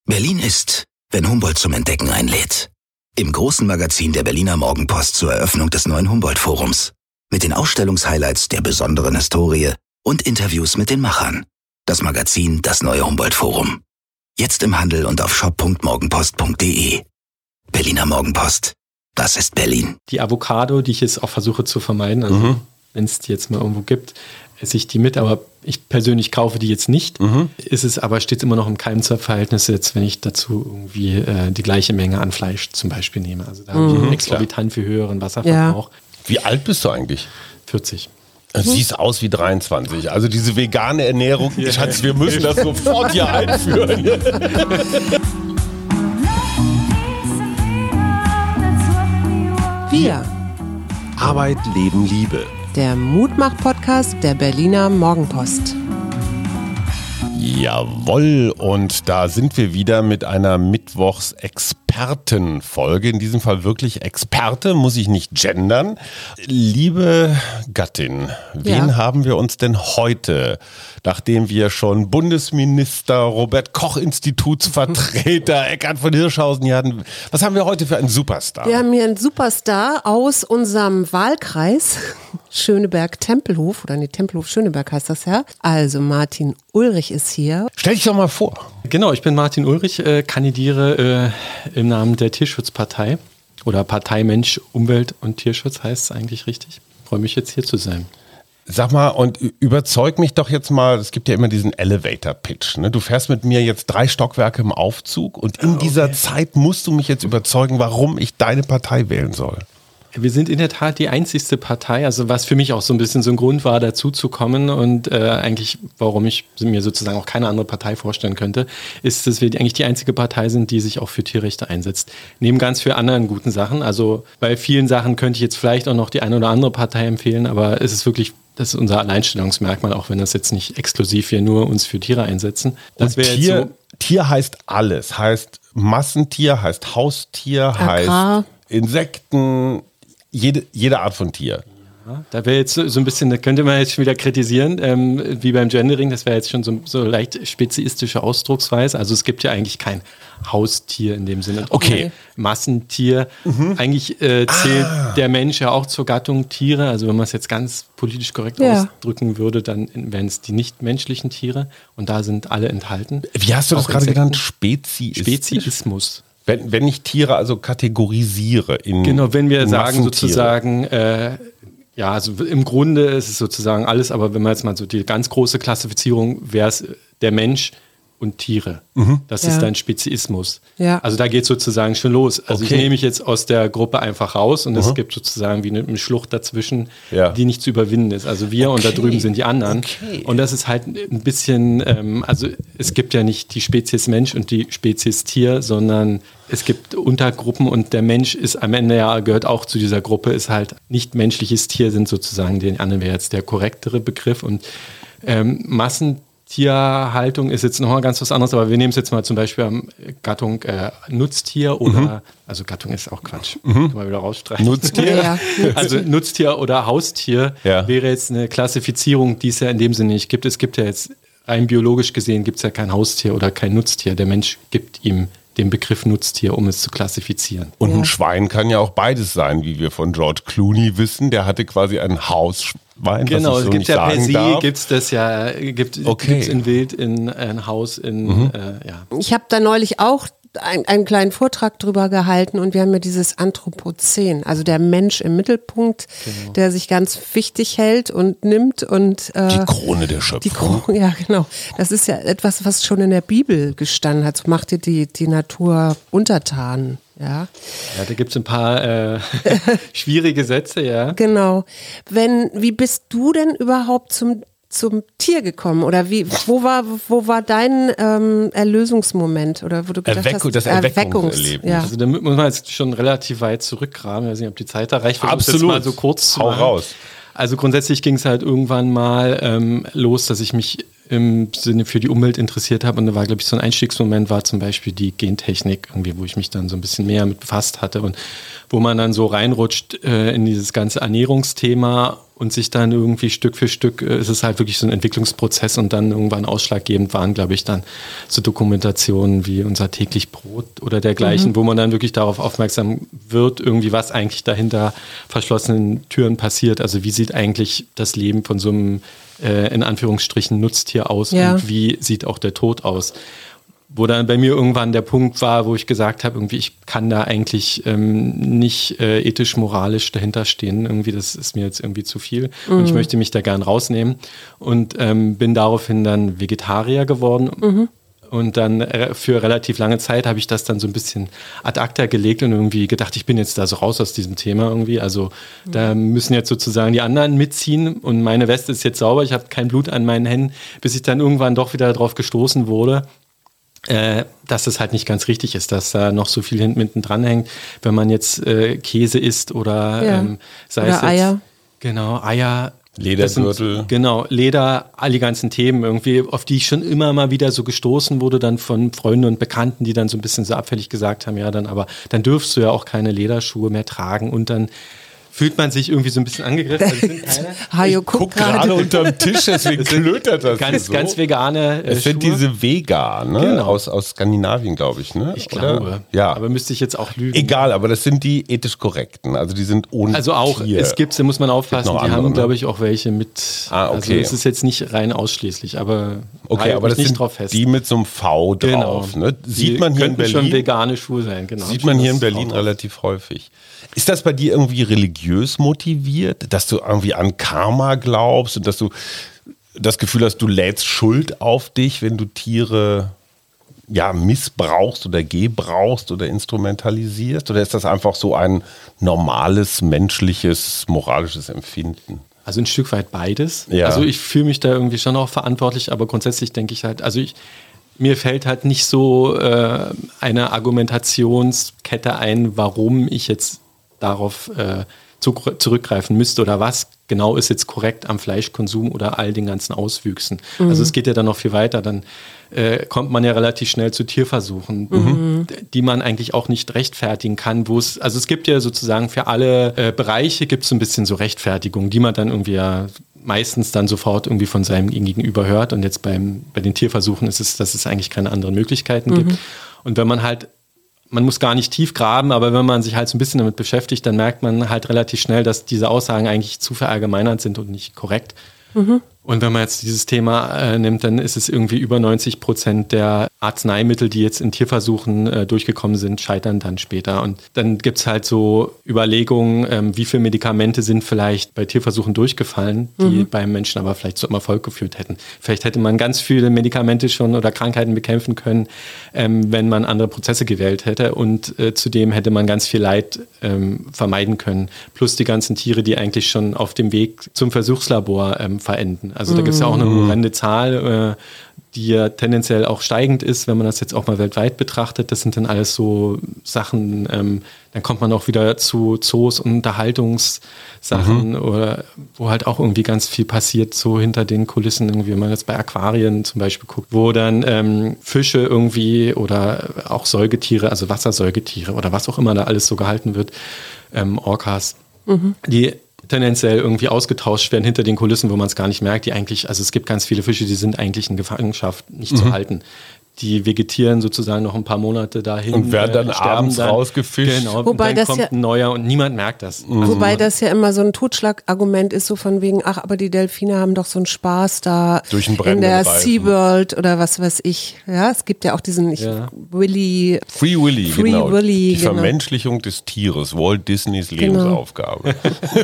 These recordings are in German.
Berlin ist, wenn Humboldt zum Entdecken einlädt. Im großen Magazin der Berliner Morgenpost zur Eröffnung des neuen Humboldt-Forums. Mit den Ausstellungshighlights der besonderen Historie und Interviews mit den Machern. Das Magazin Das neue Humboldt-Forum. Jetzt im Handel und auf shop.morgenpost.de. Berliner Morgenpost. Das ist Berlin. Die Avocado, die ich jetzt auch versuche zu vermeiden, also wenn es die jetzt mal irgendwo gibt, esse ich die mit, aber ich persönlich kaufe die jetzt nicht. Steht immer noch im Keimzahlverhältnis jetzt, wenn ich dazu irgendwie die gleiche Menge an Fleisch zum Beispiel nehme. Also da habe ich einen exorbitant viel höheren Wasserverbrauch. Ja. Wie alt bist du eigentlich? 40. Du siehst aus wie 23. Also diese vegane Ernährung, Schatz, wir müssen das sofort hier einführen. Wir. Arbeit, Leben, Liebe. Der Mutmach-Podcast der Berliner Morgenpost. Jawohl, und da sind wir wieder mit einer Mittwochs-Experten-Folge. In diesem Fall wirklich Experte, muss ich nicht gendern. Liebe Gattin, wen haben wir uns denn heute, nachdem wir schon Bundesminister, Robert-Koch-Institutsvertreter, Eckhard von Hirschhausen hier hatten, was haben wir heute für einen Superstar? Wir haben hier einen Superstar aus unserem Wahlkreis, Schöneberg-Tempelhof, oder nee, Tempelhof-Schöneberg heißt das ja. Also Martin Ulrich ist hier. Stell dich doch mal vor. Genau, ich bin Martin Ulrich, kandidiere im Namen der Tierschutzpartei oder Partei Mensch, Umwelt und Tierschutz heißt es eigentlich richtig. Freue mich jetzt hier zu sein. Sag mal, und überzeug mich doch jetzt mal, es gibt ja immer diesen Elevator-Pitch, ne? Du fährst mit mir jetzt 3 Stockwerke im Aufzug und in dieser Zeit musst du mich jetzt überzeugen, warum ich deine Partei wählen soll. Wir sind in der Tat die einzigste Partei, also was für mich auch so ein bisschen so ein Grund war, dazu zu kommen und eigentlich, warum ich mir sozusagen auch keine andere Partei vorstellen könnte, ist, dass wir eigentlich die einzige Partei sind, die sich auch für Tierrechte einsetzt. Neben ganz vielen anderen guten Sachen, also bei vielen Sachen könnte ich jetzt vielleicht auch noch die eine oder andere Partei empfehlen, aber es ist wirklich, das ist unser Alleinstellungsmerkmal, auch wenn das jetzt nicht exklusiv wir nur uns für Tiere einsetzen. Das und Tier heißt alles, heißt Massentier, heißt Haustier, heißt Insekten, jede Art von Tier. Ja, da wäre jetzt so ein bisschen, da könnte man jetzt schon wieder kritisieren, wie beim Gendering, das wäre jetzt schon so leicht speziistische Ausdrucksweise. Also es gibt ja eigentlich kein Haustier in dem Sinne. Okay. Massentier. Eigentlich zählt der Mensch ja auch zur Gattung Tiere. Also wenn man es jetzt ganz politisch korrekt ausdrücken würde, dann wären es die nichtmenschlichen Tiere. Und da sind alle enthalten. Wie hast du das gerade genannt? Speziismus. Wenn ich Tiere also kategorisiere in genau, wenn wir sagen Massentiere. Sozusagen, also im Grunde ist es sozusagen alles, aber wenn man jetzt mal so die ganz große Klassifizierung, wäre es der Mensch und Tiere. Das ist dann Speziismus. Ja. Also da geht es sozusagen schon los. Also ich nehme mich jetzt aus der Gruppe einfach raus und es gibt sozusagen wie eine Schlucht dazwischen, die nicht zu überwinden ist. Also wir und da drüben sind die anderen. Und das ist halt ein bisschen, also es gibt ja nicht die Spezies Mensch und die Spezies Tier, sondern es gibt Untergruppen und der Mensch ist am Ende gehört auch zu dieser Gruppe, ist halt nicht menschliches Tier, sind sozusagen, den anderen wäre jetzt der korrektere Begriff und Massentierhaltung ist jetzt nochmal ganz was anderes, aber wir nehmen es jetzt mal zum Beispiel am Gattung Nutztier oder, also Gattung ist auch Quatsch, kann man wieder rausstreichen. Nutztier? Also Nutztier oder Haustier wäre jetzt eine Klassifizierung, die es ja in dem Sinne nicht gibt. Es gibt ja jetzt, rein biologisch gesehen, gibt es ja kein Haustier oder kein Nutztier. Der Mensch gibt ihm den Begriff Nutztier, um es zu klassifizieren. Und ein Schwein kann ja auch beides sein, wie wir von George Clooney wissen. Der hatte quasi ein Hausschwein. Genau, es gibt ja per se, gibt's in Wild, in ein Haus, Ich habe da neulich auch einen kleinen Vortrag drüber gehalten und wir haben ja dieses Anthropozän, also der Mensch im Mittelpunkt, der sich ganz wichtig hält und nimmt und die Krone der Schöpfung. Ja, genau. Das ist ja etwas, was schon in der Bibel gestanden hat. So macht dir die Natur untertan. Ja, da gibt es ein paar schwierige Sätze, ja. Genau. Wie bist du denn überhaupt zum Tier gekommen oder wo war dein Erlösungsmoment oder wo du gedacht hast, das Erweckungserlebnis. Ja. Also da muss man jetzt schon relativ weit zurückgraben. Ich weiß nicht, ob die Zeit da reicht. Absolut. Jetzt mal so kurz zu Hau machen. raus. Also grundsätzlich ging es halt irgendwann mal los, dass ich mich im Sinne für die Umwelt interessiert habe. Und da war, glaube ich, so ein Einstiegsmoment war zum Beispiel die Gentechnik irgendwie, wo ich mich dann so ein bisschen mehr mit befasst hatte und wo man dann so reinrutscht in dieses ganze Ernährungsthema und sich dann irgendwie Stück für Stück, ist es halt wirklich so ein Entwicklungsprozess und dann irgendwann ausschlaggebend waren, glaube ich, dann so Dokumentationen wie unser täglich Brot oder dergleichen, wo man dann wirklich darauf aufmerksam wird, irgendwie was eigentlich dahinter verschlossenen Türen passiert. Also wie sieht eigentlich das Leben von so einem in Anführungsstrichen Nutztier aus und wie sieht auch der Tod aus? Wo dann bei mir irgendwann der Punkt war, wo ich gesagt habe, irgendwie ich kann da eigentlich nicht ethisch, moralisch dahinter stehen. Irgendwie das ist mir jetzt irgendwie zu viel und ich möchte mich da gern rausnehmen und bin daraufhin dann Vegetarier geworden. Und dann für relativ lange Zeit habe ich das dann so ein bisschen ad acta gelegt und irgendwie gedacht, ich bin jetzt da so raus aus diesem Thema irgendwie. Also da müssen jetzt sozusagen die anderen mitziehen und meine Weste ist jetzt sauber, ich habe kein Blut an meinen Händen, bis ich dann irgendwann doch wieder darauf gestoßen wurde, dass es halt nicht ganz richtig ist, dass da noch so viel hinten dran hängt, wenn man jetzt Käse isst oder sei oder es jetzt, Eier. Genau, Eier. Ledergürtel. Genau, Leder, all die ganzen Themen irgendwie, auf die ich schon immer mal wieder so gestoßen wurde, dann von Freunden und Bekannten, die dann so ein bisschen so abfällig gesagt haben, ja, dann dürfst du ja auch keine Lederschuhe mehr tragen und dann fühlt man sich irgendwie so ein bisschen angegriffen. Also Hajo guckt gerade unterm Tisch, deswegen klötert das ganz, so. Ganz vegane Es sind Schuhe. diese Vegan, ne? Genau. Aus Skandinavien, glaube ich. Ne? Ich glaube. Oder? Ja. Aber müsste ich jetzt auch lügen. Egal, aber das sind die ethisch korrekten. Also die sind ohne Also auch, Tier. es gibt, da muss man aufpassen, die andere, haben, ne? glaube ich, auch welche mit. Ah, okay. Also es ist jetzt nicht rein ausschließlich, aber Okay, aber das nicht sind drauf fest. die mit so einem V drauf. Genau. Ne? Sieht man hier in Berlin. Schon vegane Schuhe sein, genau. Sieht man hier in Berlin relativ häufig. Ist das bei dir irgendwie religiös motiviert, dass du irgendwie an Karma glaubst und dass du das Gefühl hast, du lädst Schuld auf dich, wenn du Tiere missbrauchst oder gebrauchst oder instrumentalisierst? Oder ist das einfach so ein normales, menschliches, moralisches Empfinden? Also ein Stück weit beides. Ja. Also ich fühle mich da irgendwie schon auch verantwortlich, aber grundsätzlich denke ich halt, mir fällt halt nicht so eine Argumentationskette ein, warum ich jetzt darauf zurückgreifen müsste oder was genau ist jetzt korrekt am Fleischkonsum oder all den ganzen Auswüchsen. Also es geht ja dann noch viel weiter, dann kommt man ja relativ schnell zu Tierversuchen, die man eigentlich auch nicht rechtfertigen kann, also es gibt ja sozusagen für alle Bereiche gibt es so ein bisschen so Rechtfertigung, die man dann irgendwie ja meistens dann sofort irgendwie von seinem Gegenüber hört und jetzt bei den Tierversuchen ist es, dass es eigentlich keine anderen Möglichkeiten gibt. Und wenn man halt man muss gar nicht tief graben, aber wenn man sich halt so ein bisschen damit beschäftigt, dann merkt man halt relativ schnell, dass diese Aussagen eigentlich zu verallgemeinert sind und nicht korrekt. Und wenn man jetzt dieses Thema nimmt, dann ist es irgendwie über 90% der Arzneimittel, die jetzt in Tierversuchen durchgekommen sind, scheitern dann später. Und dann gibt es halt so Überlegungen, wie viele Medikamente sind vielleicht bei Tierversuchen durchgefallen, die beim Menschen aber vielleicht zum Erfolg geführt hätten. Vielleicht hätte man ganz viele Medikamente schon oder Krankheiten bekämpfen können, wenn man andere Prozesse gewählt hätte. Und zudem hätte man ganz viel Leid vermeiden können. Plus die ganzen Tiere, die eigentlich schon auf dem Weg zum Versuchslabor verenden. Also da gibt es ja auch eine horrende Zahl, die ja tendenziell auch steigend ist, wenn man das jetzt auch mal weltweit betrachtet. Das sind dann alles so Sachen, dann kommt man auch wieder zu Zoos und Unterhaltungssachen, oder wo halt auch irgendwie ganz viel passiert, so hinter den Kulissen, irgendwie, wenn man jetzt bei Aquarien zum Beispiel guckt, wo dann Fische irgendwie oder auch Säugetiere, also Wassersäugetiere oder was auch immer da alles so gehalten wird, Orcas, die tendenziell irgendwie ausgetauscht werden hinter den Kulissen, wo man es gar nicht merkt, die eigentlich, also es gibt ganz viele Fische, die sind eigentlich in Gefangenschaft nicht zu halten. Die vegetieren sozusagen noch ein paar Monate dahin. Und werden dann abends rausgefischt. Genau, Wobei und dann kommt ein neuer und niemand merkt das. Wobei das ja immer so ein Totschlagargument ist, so von wegen, ach, aber die Delfine haben doch so einen Spaß da durch einen in der Reifen. SeaWorld oder was weiß ich. Ja, es gibt ja auch diesen Free Willy, genau. Willy, die Vermenschlichung des Tieres, Walt Disneys Lebensaufgabe.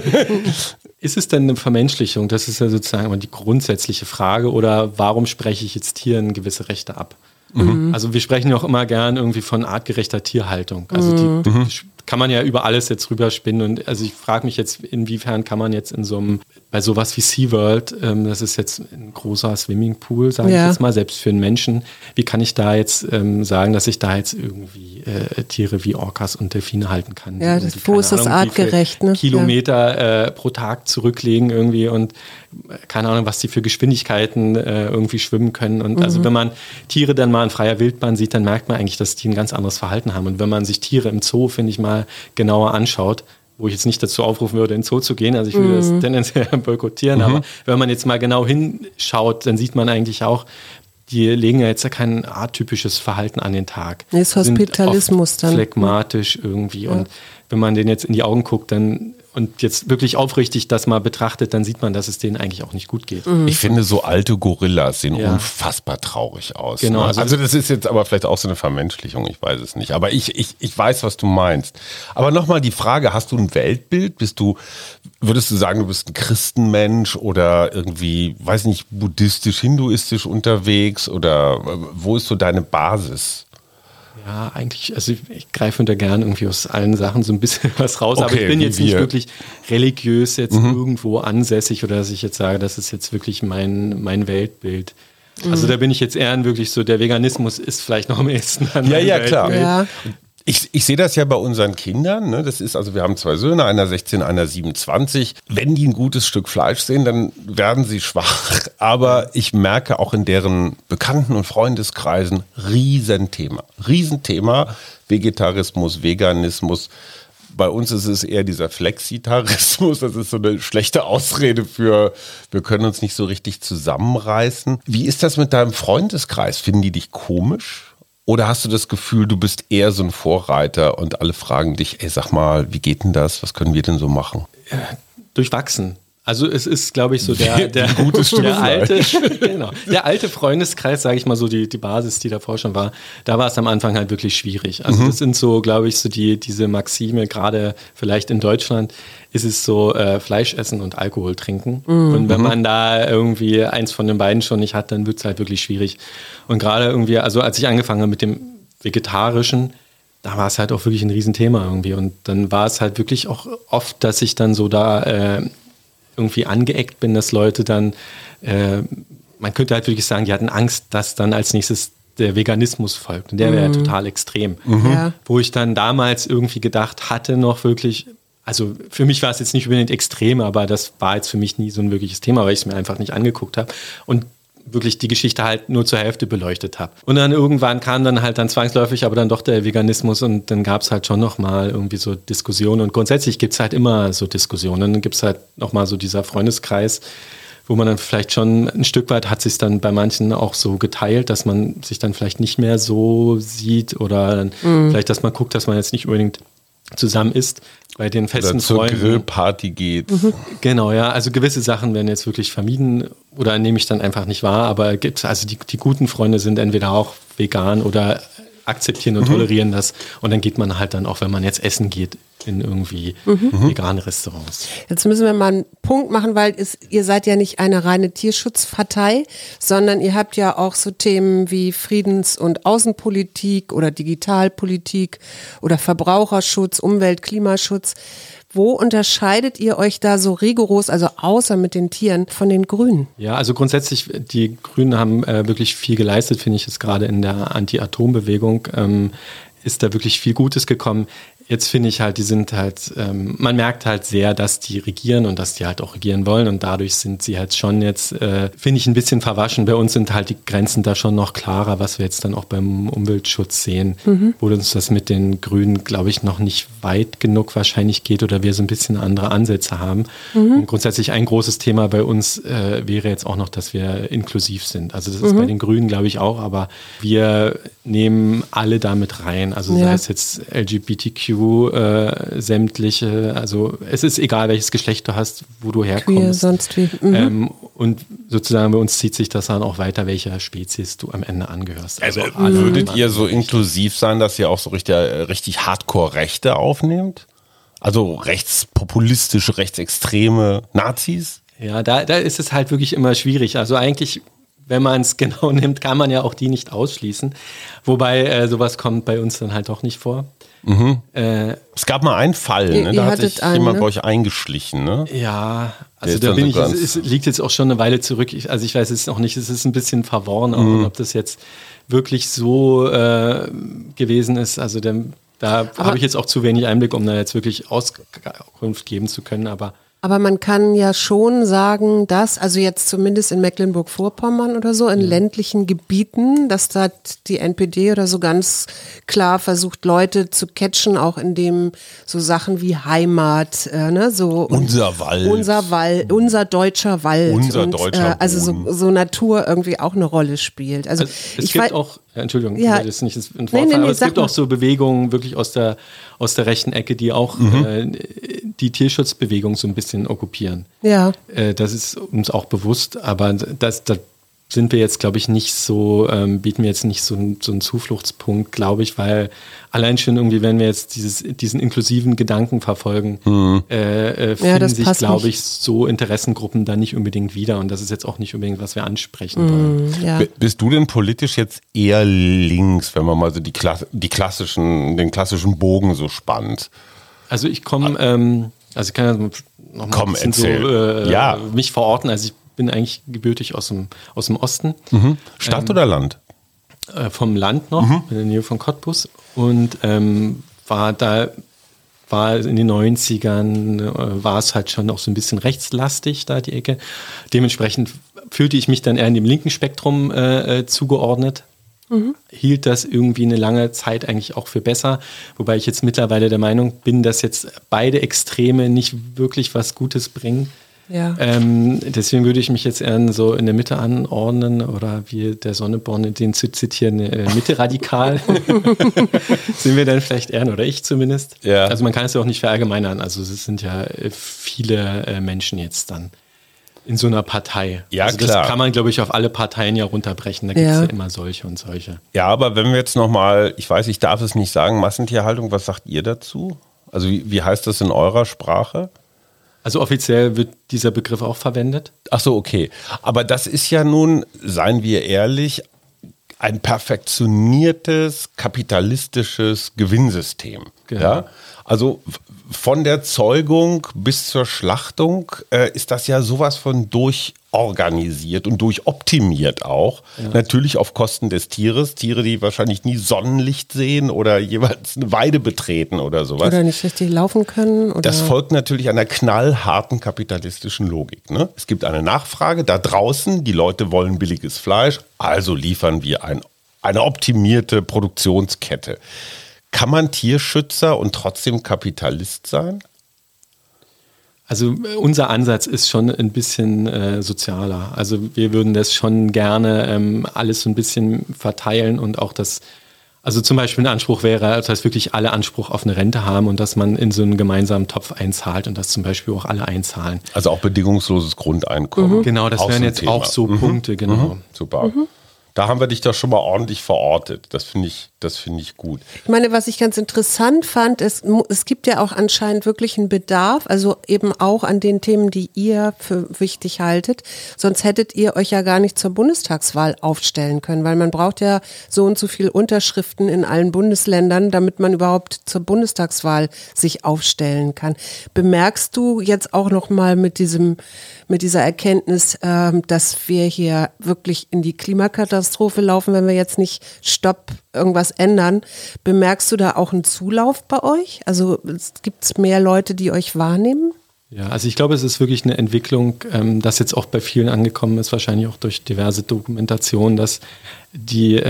Ist es denn eine Vermenschlichung? Das ist ja sozusagen immer die grundsätzliche Frage. Oder warum spreche ich jetzt Tieren gewisse Rechte ab? Also wir sprechen ja auch immer gern irgendwie von artgerechter Tierhaltung. Also die kann man ja über alles jetzt rüberspinnen. Und also ich frage mich jetzt, inwiefern kann man jetzt bei sowas wie SeaWorld, das ist jetzt ein großer Swimmingpool, sage ich jetzt mal, selbst für einen Menschen, wie kann ich da jetzt sagen, dass ich da jetzt irgendwie Tiere wie Orcas und Delfine halten kann? Ja, wo ist das artgerecht? Ne? Kilometer pro Tag zurücklegen irgendwie und keine Ahnung, was die für Geschwindigkeiten irgendwie schwimmen können. Und also wenn man Tiere dann mal in freier Wildbahn sieht, dann merkt man eigentlich, dass die ein ganz anderes Verhalten haben. Und wenn man sich Tiere im Zoo, finde ich mal, genauer anschaut, wo ich jetzt nicht dazu aufrufen würde, in den Zoo zu gehen, also ich würde das tendenziell boykottieren, aber wenn man jetzt mal genau hinschaut, dann sieht man eigentlich auch, die legen ja jetzt ja kein arttypisches Verhalten an den Tag. Nee, ist Hospitalismus dann. Phlegmatisch irgendwie. Und wenn man denen jetzt in die Augen guckt, dann und jetzt wirklich aufrichtig das mal betrachtet, dann sieht man, dass es denen eigentlich auch nicht gut geht. Ich finde, so alte Gorillas sehen unfassbar traurig aus. Genau. Ne? Also das ist jetzt aber vielleicht auch so eine Vermenschlichung, ich weiß es nicht. Aber ich weiß, was du meinst. Aber nochmal die Frage, hast du ein Weltbild? Würdest du sagen, du bist ein Christenmensch oder irgendwie, weiß nicht, buddhistisch, hinduistisch unterwegs? Oder wo ist so deine Basis? Ja, eigentlich, also ich greife da gern irgendwie aus allen Sachen so ein bisschen was raus, aber ich bin jetzt nicht wirklich religiös jetzt irgendwo ansässig oder dass ich jetzt sage, das ist jetzt wirklich mein Weltbild. Also da bin ich jetzt eher wirklich so, der Veganismus ist vielleicht noch am ehesten an meinem Weltbild. Klar. Ja. Ich sehe das ja bei unseren Kindern, ne? Das ist, also wir haben 2 Söhne, einer 16, einer 27. Wenn die ein gutes Stück Fleisch sehen, dann werden sie schwach. Aber ich merke auch in deren Bekannten- und Freundeskreisen, Riesenthema. Vegetarismus, Veganismus. Bei uns ist es eher dieser Flexitarismus. Das ist so eine schlechte Ausrede für, wir können uns nicht so richtig zusammenreißen. Wie ist das mit deinem Freundeskreis? Finden die dich komisch? Oder hast du das Gefühl, du bist eher so ein Vorreiter und alle fragen dich, ey, sag mal, wie geht denn das? Was können wir denn so machen? Durchwachsen. Also es ist, glaube ich, so der alte Freundeskreis, sage ich mal so, die Basis, die davor schon war, da war es am Anfang halt wirklich schwierig. Also das sind so, glaube ich, so diese Maxime, gerade vielleicht in Deutschland, ist es so Fleisch essen und Alkohol trinken. Und wenn man da irgendwie eins von den beiden schon nicht hat, dann wird es halt wirklich schwierig. Und gerade irgendwie, also als ich angefangen habe mit dem Vegetarischen, da war es halt auch wirklich ein Riesenthema irgendwie. Und dann war es halt wirklich auch oft, dass ich dann so da irgendwie angeeckt bin, dass Leute dann, man könnte halt wirklich sagen, die hatten Angst, dass dann als nächstes der Veganismus folgt. Und der wäre ja total extrem. Ja. Wo ich dann damals irgendwie gedacht hatte, noch wirklich, also für mich war es jetzt nicht unbedingt extrem, aber das war jetzt für mich nie so ein wirkliches Thema, weil ich es mir einfach nicht angeguckt habe. Und wirklich die Geschichte halt nur zur Hälfte beleuchtet habe. Und dann irgendwann kam dann halt zwangsläufig aber dann doch der Veganismus und dann gab es halt schon nochmal irgendwie so Diskussionen und grundsätzlich gibt es halt immer so Diskussionen. Dann gibt es halt nochmal so dieser Freundeskreis, wo man dann vielleicht schon ein Stück weit hat sich dann bei manchen auch so geteilt, dass man sich dann vielleicht nicht mehr so sieht oder dann vielleicht, dass man guckt, dass man jetzt nicht unbedingt zusammen isst. Bei den festen oder zur Freunden. Grillparty geht. Genau, ja. Also gewisse Sachen werden jetzt wirklich vermieden oder nehme ich dann einfach nicht wahr. Aber also die guten Freunde sind entweder auch vegan oder akzeptieren und tolerieren das. Und dann geht man halt dann auch, wenn man jetzt essen geht, in irgendwie vegane Restaurants. Jetzt müssen wir mal einen Punkt machen, weil ihr seid ja nicht eine reine Tierschutzpartei, sondern ihr habt ja auch so Themen wie Friedens- und Außenpolitik oder Digitalpolitik oder Verbraucherschutz, Umwelt-, Klimaschutz. Wo unterscheidet ihr euch da so rigoros, also außer mit den Tieren, von den Grünen? Ja, also grundsätzlich, die Grünen haben wirklich viel geleistet, finde ich jetzt gerade in der Anti-Atom-Bewegung. Ist da wirklich viel Gutes gekommen. Jetzt finde ich halt, die sind halt, man merkt halt sehr, dass die regieren und dass die halt auch regieren wollen und dadurch sind sie halt schon jetzt, finde ich, ein bisschen verwaschen. Bei uns sind halt die Grenzen da schon noch klarer, was wir jetzt dann auch beim Umweltschutz sehen, wo uns das mit den Grünen, glaube ich, noch nicht weit genug wahrscheinlich geht oder wir so ein bisschen andere Ansätze haben. Und grundsätzlich ein großes Thema bei uns wäre jetzt auch noch, dass wir inklusiv sind. Also das ist bei den Grünen, glaube ich, auch, aber wir nehmen alle da mit rein. Also sei es jetzt LGBTQ, sämtliche, also es ist egal, welches Geschlecht du hast, wo du herkommst. Queer, sonst wie. Und sozusagen bei uns zieht sich das dann auch weiter, welcher Spezies du am Ende angehörst. Also würdet ihr so inklusiv sein, dass ihr auch so richtig Hardcore-Rechte aufnehmt? Also rechtspopulistische, rechtsextreme Nazis? Ja, da ist es halt wirklich immer schwierig. Also eigentlich, wenn man es genau nimmt, kann man ja auch die nicht ausschließen. Wobei sowas kommt bei uns dann halt auch nicht vor. Es gab mal einen Fall, ne? Da hat sich jemand bei euch eingeschlichen, ne? Ja, also da bin ich, es liegt jetzt auch schon eine Weile zurück. Ich weiß es noch nicht, es ist ein bisschen verworren, auch, ob das jetzt wirklich so gewesen ist. Also da habe ich jetzt auch zu wenig Einblick, um da jetzt wirklich Auskunft geben zu können, aber man kann ja schon sagen, dass, also jetzt zumindest in Mecklenburg-Vorpommern oder so, in ländlichen Gebieten, dass da die NPD oder so ganz klar versucht, Leute zu catchen, auch indem so Sachen wie Heimat, so unser Wald, unser deutscher Wald, deutscher also so Natur irgendwie auch eine Rolle spielt. Also es gibt auch, Entschuldigung, ich will das nicht ins Wort fallen, aber es gibt auch so Bewegungen wirklich aus der rechten Ecke, die auch die Tierschutzbewegung so ein bisschen okkupieren. Ja. Das ist uns auch bewusst, aber da sind wir jetzt, glaube ich, nicht so, bieten wir jetzt nicht so einen Zufluchtspunkt, glaube ich, weil allein schon irgendwie, wenn wir jetzt diesen inklusiven Gedanken verfolgen, finden sich, glaube ich, so Interessengruppen da nicht unbedingt wieder und das ist jetzt auch nicht unbedingt, was wir ansprechen wollen. Ja. Bist du denn politisch jetzt eher links, wenn man mal so den klassischen Bogen so spannt? Also ich komme, ich kann ja noch mal ein bisschen mich verorten, also ich bin eigentlich gebürtig aus dem Osten. Stadt oder Land? Vom Land noch, in der Nähe von Cottbus und war in den 90ern, war es halt schon auch so ein bisschen rechtslastig da die Ecke. Dementsprechend fühlte ich mich dann eher in dem linken Spektrum zugeordnet. Hielt das irgendwie eine lange Zeit eigentlich auch für besser, wobei ich jetzt mittlerweile der Meinung bin, dass jetzt beide Extreme nicht wirklich was Gutes bringen. Ja. Deswegen würde ich mich jetzt eher so in der Mitte anordnen oder wie der Sonneborn, den zu zitieren, Mitte radikal. Sind wir dann vielleicht eher, oder ich zumindest. Ja. Also man kann es ja auch nicht verallgemeinern. Also es sind ja viele Menschen jetzt dann in so einer Partei. Ja, also klar. Das kann man, glaube ich, auf alle Parteien ja runterbrechen. Da gibt es ja immer solche und solche. Ja, aber wenn wir jetzt nochmal, ich weiß, ich darf es nicht sagen, Massentierhaltung, was sagt ihr dazu? Also wie heißt das in eurer Sprache? Also offiziell wird dieser Begriff auch verwendet. Ach so, okay. Aber das ist ja nun, seien wir ehrlich, ein perfektioniertes, kapitalistisches Gewinnsystem. Genau. Ja? Also von der Zeugung bis zur Schlachtung ist das ja sowas von durchorganisiert und durchoptimiert auch. Ja. Natürlich auf Kosten des Tieres. Tiere, die wahrscheinlich nie Sonnenlicht sehen oder jeweils eine Weide betreten oder sowas. Oder nicht richtig laufen können. Oder? Das folgt natürlich einer knallharten kapitalistischen Logik. Ne? Es gibt eine Nachfrage da draußen, die Leute wollen billiges Fleisch, also liefern wir eine optimierte Produktionskette. Kann man Tierschützer und trotzdem Kapitalist sein? Also unser Ansatz ist schon ein bisschen sozialer. Also wir würden das schon gerne alles so ein bisschen verteilen und auch also zum Beispiel ein Anspruch wäre, dass wirklich alle Anspruch auf eine Rente haben und dass man in so einen gemeinsamen Topf einzahlt und dass zum Beispiel auch alle einzahlen. Also auch bedingungsloses Grundeinkommen. Genau, das wären jetzt auch so Punkte, genau. Super. Da haben wir dich doch schon mal ordentlich verortet. Das finde ich gut. Ich meine, was ich ganz interessant fand, es gibt ja auch anscheinend wirklich einen Bedarf, also eben auch an den Themen, die ihr für wichtig haltet. Sonst hättet ihr euch ja gar nicht zur Bundestagswahl aufstellen können, weil man braucht ja so und so viel Unterschriften in allen Bundesländern, damit man überhaupt zur Bundestagswahl sich aufstellen kann. Bemerkst du jetzt auch noch mal mit dieser Erkenntnis, dass wir hier wirklich in die Klimakatastrophe laufen, wenn wir jetzt nicht irgendwas ändern. Bemerkst du da auch einen Zulauf bei euch? Also gibt es mehr Leute, die euch wahrnehmen? Ja, also ich glaube, es ist wirklich eine Entwicklung, das jetzt auch bei vielen angekommen ist, wahrscheinlich auch durch diverse Dokumentationen, dass die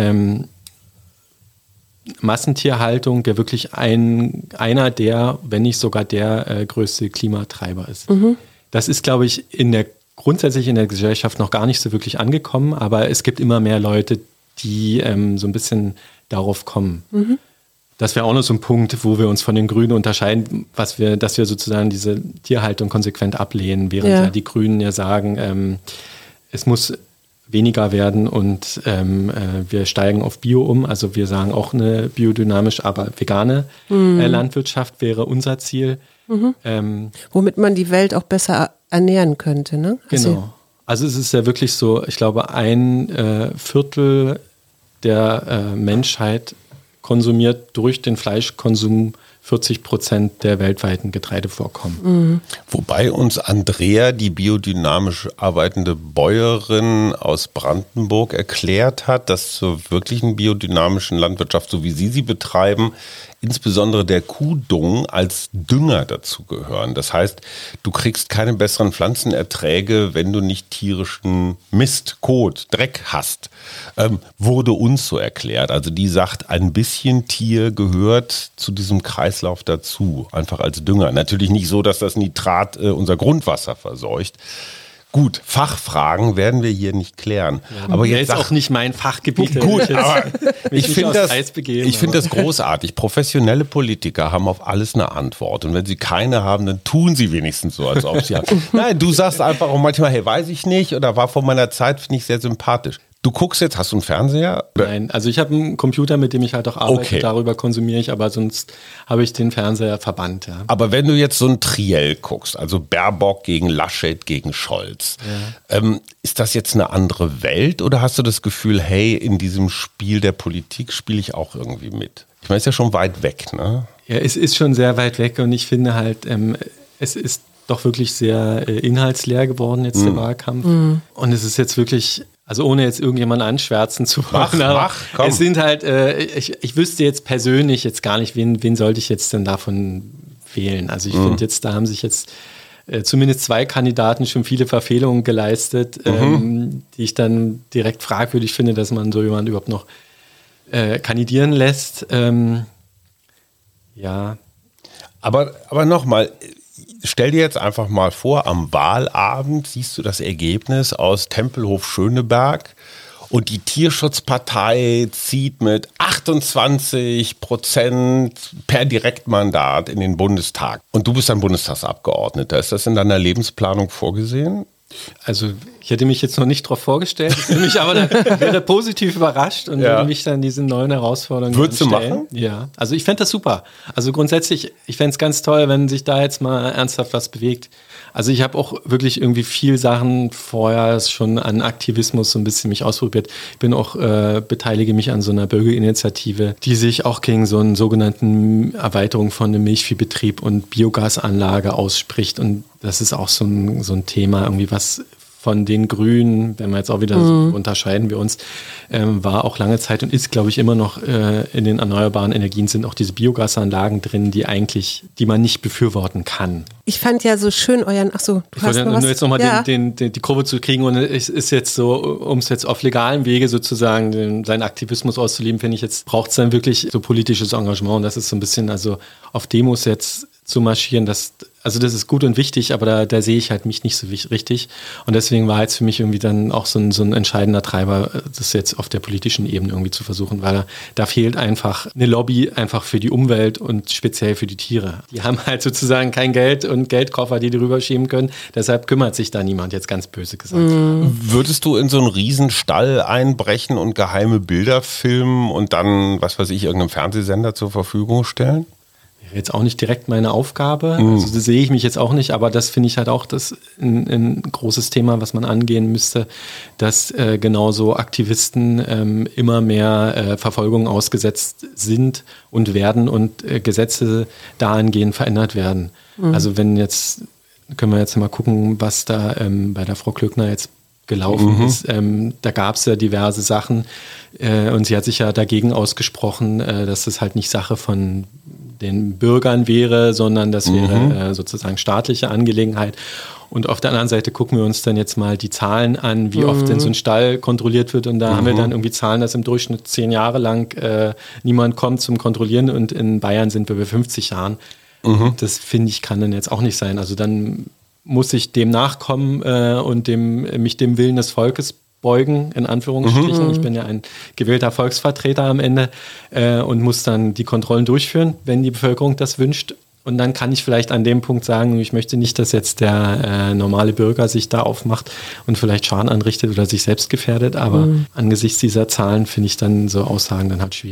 Massentierhaltung ja wirklich einer der, wenn nicht sogar der größte Klimatreiber ist. Das ist, glaube ich, grundsätzlich in der Gesellschaft noch gar nicht so wirklich angekommen, aber es gibt immer mehr Leute, die so ein bisschen darauf kommen. Das wäre auch noch so ein Punkt, wo wir uns von den Grünen unterscheiden, dass wir sozusagen diese Tierhaltung konsequent ablehnen, während ja die Grünen ja sagen, es muss weniger werden und wir steigen auf Bio um. Also wir sagen auch eine biodynamisch, aber vegane Landwirtschaft wäre unser Ziel. Womit man die Welt auch besser ernähren könnte, ne? Genau. Also es ist ja wirklich so, ich glaube, 1/4 der Menschheit konsumiert durch den Fleischkonsum 40% der weltweiten Getreidevorkommen. Wobei uns Andrea, die biodynamisch arbeitende Bäuerin aus Brandenburg, erklärt hat, dass zur wirklichen biodynamischen Landwirtschaft, so wie sie betreiben, insbesondere der Kuhdung als Dünger dazu gehören. Das heißt, du kriegst keine besseren Pflanzenerträge, wenn du nicht tierischen Mist, Kot, Dreck hast. Wurde uns so erklärt. Also die sagt, ein bisschen Tier gehört zu diesem Kreislauf dazu, einfach als Dünger. Natürlich nicht so, dass das Nitrat unser Grundwasser verseucht. Gut, Fachfragen werden wir hier nicht klären. Ja, aber jetzt ist auch nicht mein Fachgebiet. Gut, aber ich finde das großartig. Professionelle Politiker haben auf alles eine Antwort. Und wenn sie keine haben, dann tun sie wenigstens so, als ob sie haben. Nein, du sagst einfach auch manchmal, hey, weiß ich nicht oder war vor meiner Zeit, finde ich sehr sympathisch. Du guckst jetzt, hast du einen Fernseher? Nein, also ich habe einen Computer, mit dem ich halt auch arbeite, darüber konsumiere ich, aber sonst habe ich den Fernseher verbannt. Ja. Aber wenn du jetzt so ein Triell guckst, also Baerbock gegen Laschet gegen Scholz, ist das jetzt eine andere Welt oder hast du das Gefühl, hey, in diesem Spiel der Politik spiele ich auch irgendwie mit? Ich meine, es ist ja schon weit weg, ne? Ja, es ist schon sehr weit weg und ich finde halt, es ist doch wirklich sehr inhaltsleer geworden jetzt der Wahlkampf. Und es ist jetzt wirklich... Also ohne jetzt irgendjemanden anschwärzen zu wollen. Komm. Es sind halt, ich wüsste jetzt persönlich jetzt gar nicht, wen sollte ich jetzt denn davon wählen. Also ich finde jetzt, da haben sich jetzt zumindest 2 Kandidaten schon viele Verfehlungen geleistet, die ich dann direkt fragwürdig finde, dass man so jemanden überhaupt noch kandidieren lässt. Ja. Aber nochmal, stell dir jetzt einfach mal vor, am Wahlabend siehst du das Ergebnis aus Tempelhof-Schöneberg und die Tierschutzpartei zieht mit 28% per Direktmandat in den Bundestag. Und du bist ein Bundestagsabgeordneter. Ist das in deiner Lebensplanung vorgesehen? Also ich hätte mich jetzt noch nicht darauf vorgestellt, ich würde mich aber wäre positiv überrascht und würde mich dann diesen neuen Herausforderungen Würdest du machen? Ja, also ich fände das super. Also grundsätzlich, ich fände es ganz toll, wenn sich da jetzt mal ernsthaft was bewegt. Also ich habe auch wirklich irgendwie viel Sachen vorher schon an Aktivismus so ein bisschen mich ausprobiert. Ich bin auch, beteilige mich an so einer Bürgerinitiative, die sich auch gegen so einen sogenannten Erweiterung von einem Milchviehbetrieb und Biogasanlage ausspricht. Und das ist auch so ein Thema, irgendwie was von den Grünen, wenn wir jetzt auch wieder so unterscheiden wir uns, war auch lange Zeit und ist, glaube ich, immer noch in den erneuerbaren Energien sind auch diese Biogasanlagen drin, die man nicht befürworten kann. Ich fand ja so schön euren, ich wollte nur jetzt nochmal die Kurve zu kriegen und es ist jetzt so, um es jetzt auf legalem Wege sozusagen seinen Aktivismus auszuleben, finde ich, jetzt braucht es dann wirklich so politisches Engagement und das ist so ein bisschen, also auf Demos jetzt zu marschieren, das ist gut und wichtig, aber da sehe ich halt mich nicht so richtig und deswegen war jetzt für mich irgendwie dann auch so ein entscheidender Treiber, das jetzt auf der politischen Ebene irgendwie zu versuchen, weil da fehlt einfach eine Lobby einfach für die Umwelt und speziell für die Tiere. Die haben halt sozusagen kein Geld und Geldkoffer, die drüber schieben können, deshalb kümmert sich da niemand, jetzt ganz böse gesagt. Würdest du in so einen Riesenstall einbrechen und geheime Bilder filmen und dann, was weiß ich, irgendeinem Fernsehsender zur Verfügung stellen? Jetzt auch nicht direkt meine Aufgabe, also das sehe ich mich jetzt auch nicht, aber das finde ich halt auch das ein großes Thema, was man angehen müsste, dass genauso Aktivisten immer mehr Verfolgung ausgesetzt sind und werden und Gesetze dahingehend verändert werden. Also können wir jetzt mal gucken, was da bei der Frau Klöckner jetzt gelaufen ist. Da gab es ja diverse Sachen und sie hat sich ja dagegen ausgesprochen, dass das halt nicht Sache von den Bürgern wäre, sondern das wäre sozusagen staatliche Angelegenheit. Und auf der anderen Seite gucken wir uns dann jetzt mal die Zahlen an, wie oft denn so ein Stall kontrolliert wird. Und da haben wir dann irgendwie Zahlen, dass im Durchschnitt 10 Jahre lang niemand kommt zum Kontrollieren und in Bayern sind wir bei 50 Jahren. Das finde ich, kann dann jetzt auch nicht sein. Also dann muss ich dem nachkommen und mich dem Willen des Volkes beugen, in Anführungsstrichen. Ich bin ja ein gewählter Volksvertreter am Ende und muss dann die Kontrollen durchführen, wenn die Bevölkerung das wünscht. Und dann kann ich vielleicht an dem Punkt sagen, ich möchte nicht, dass jetzt der normale Bürger sich da aufmacht und vielleicht Schaden anrichtet oder sich selbst gefährdet. Aber angesichts dieser Zahlen finde ich dann so Aussagen dann halt schwierig.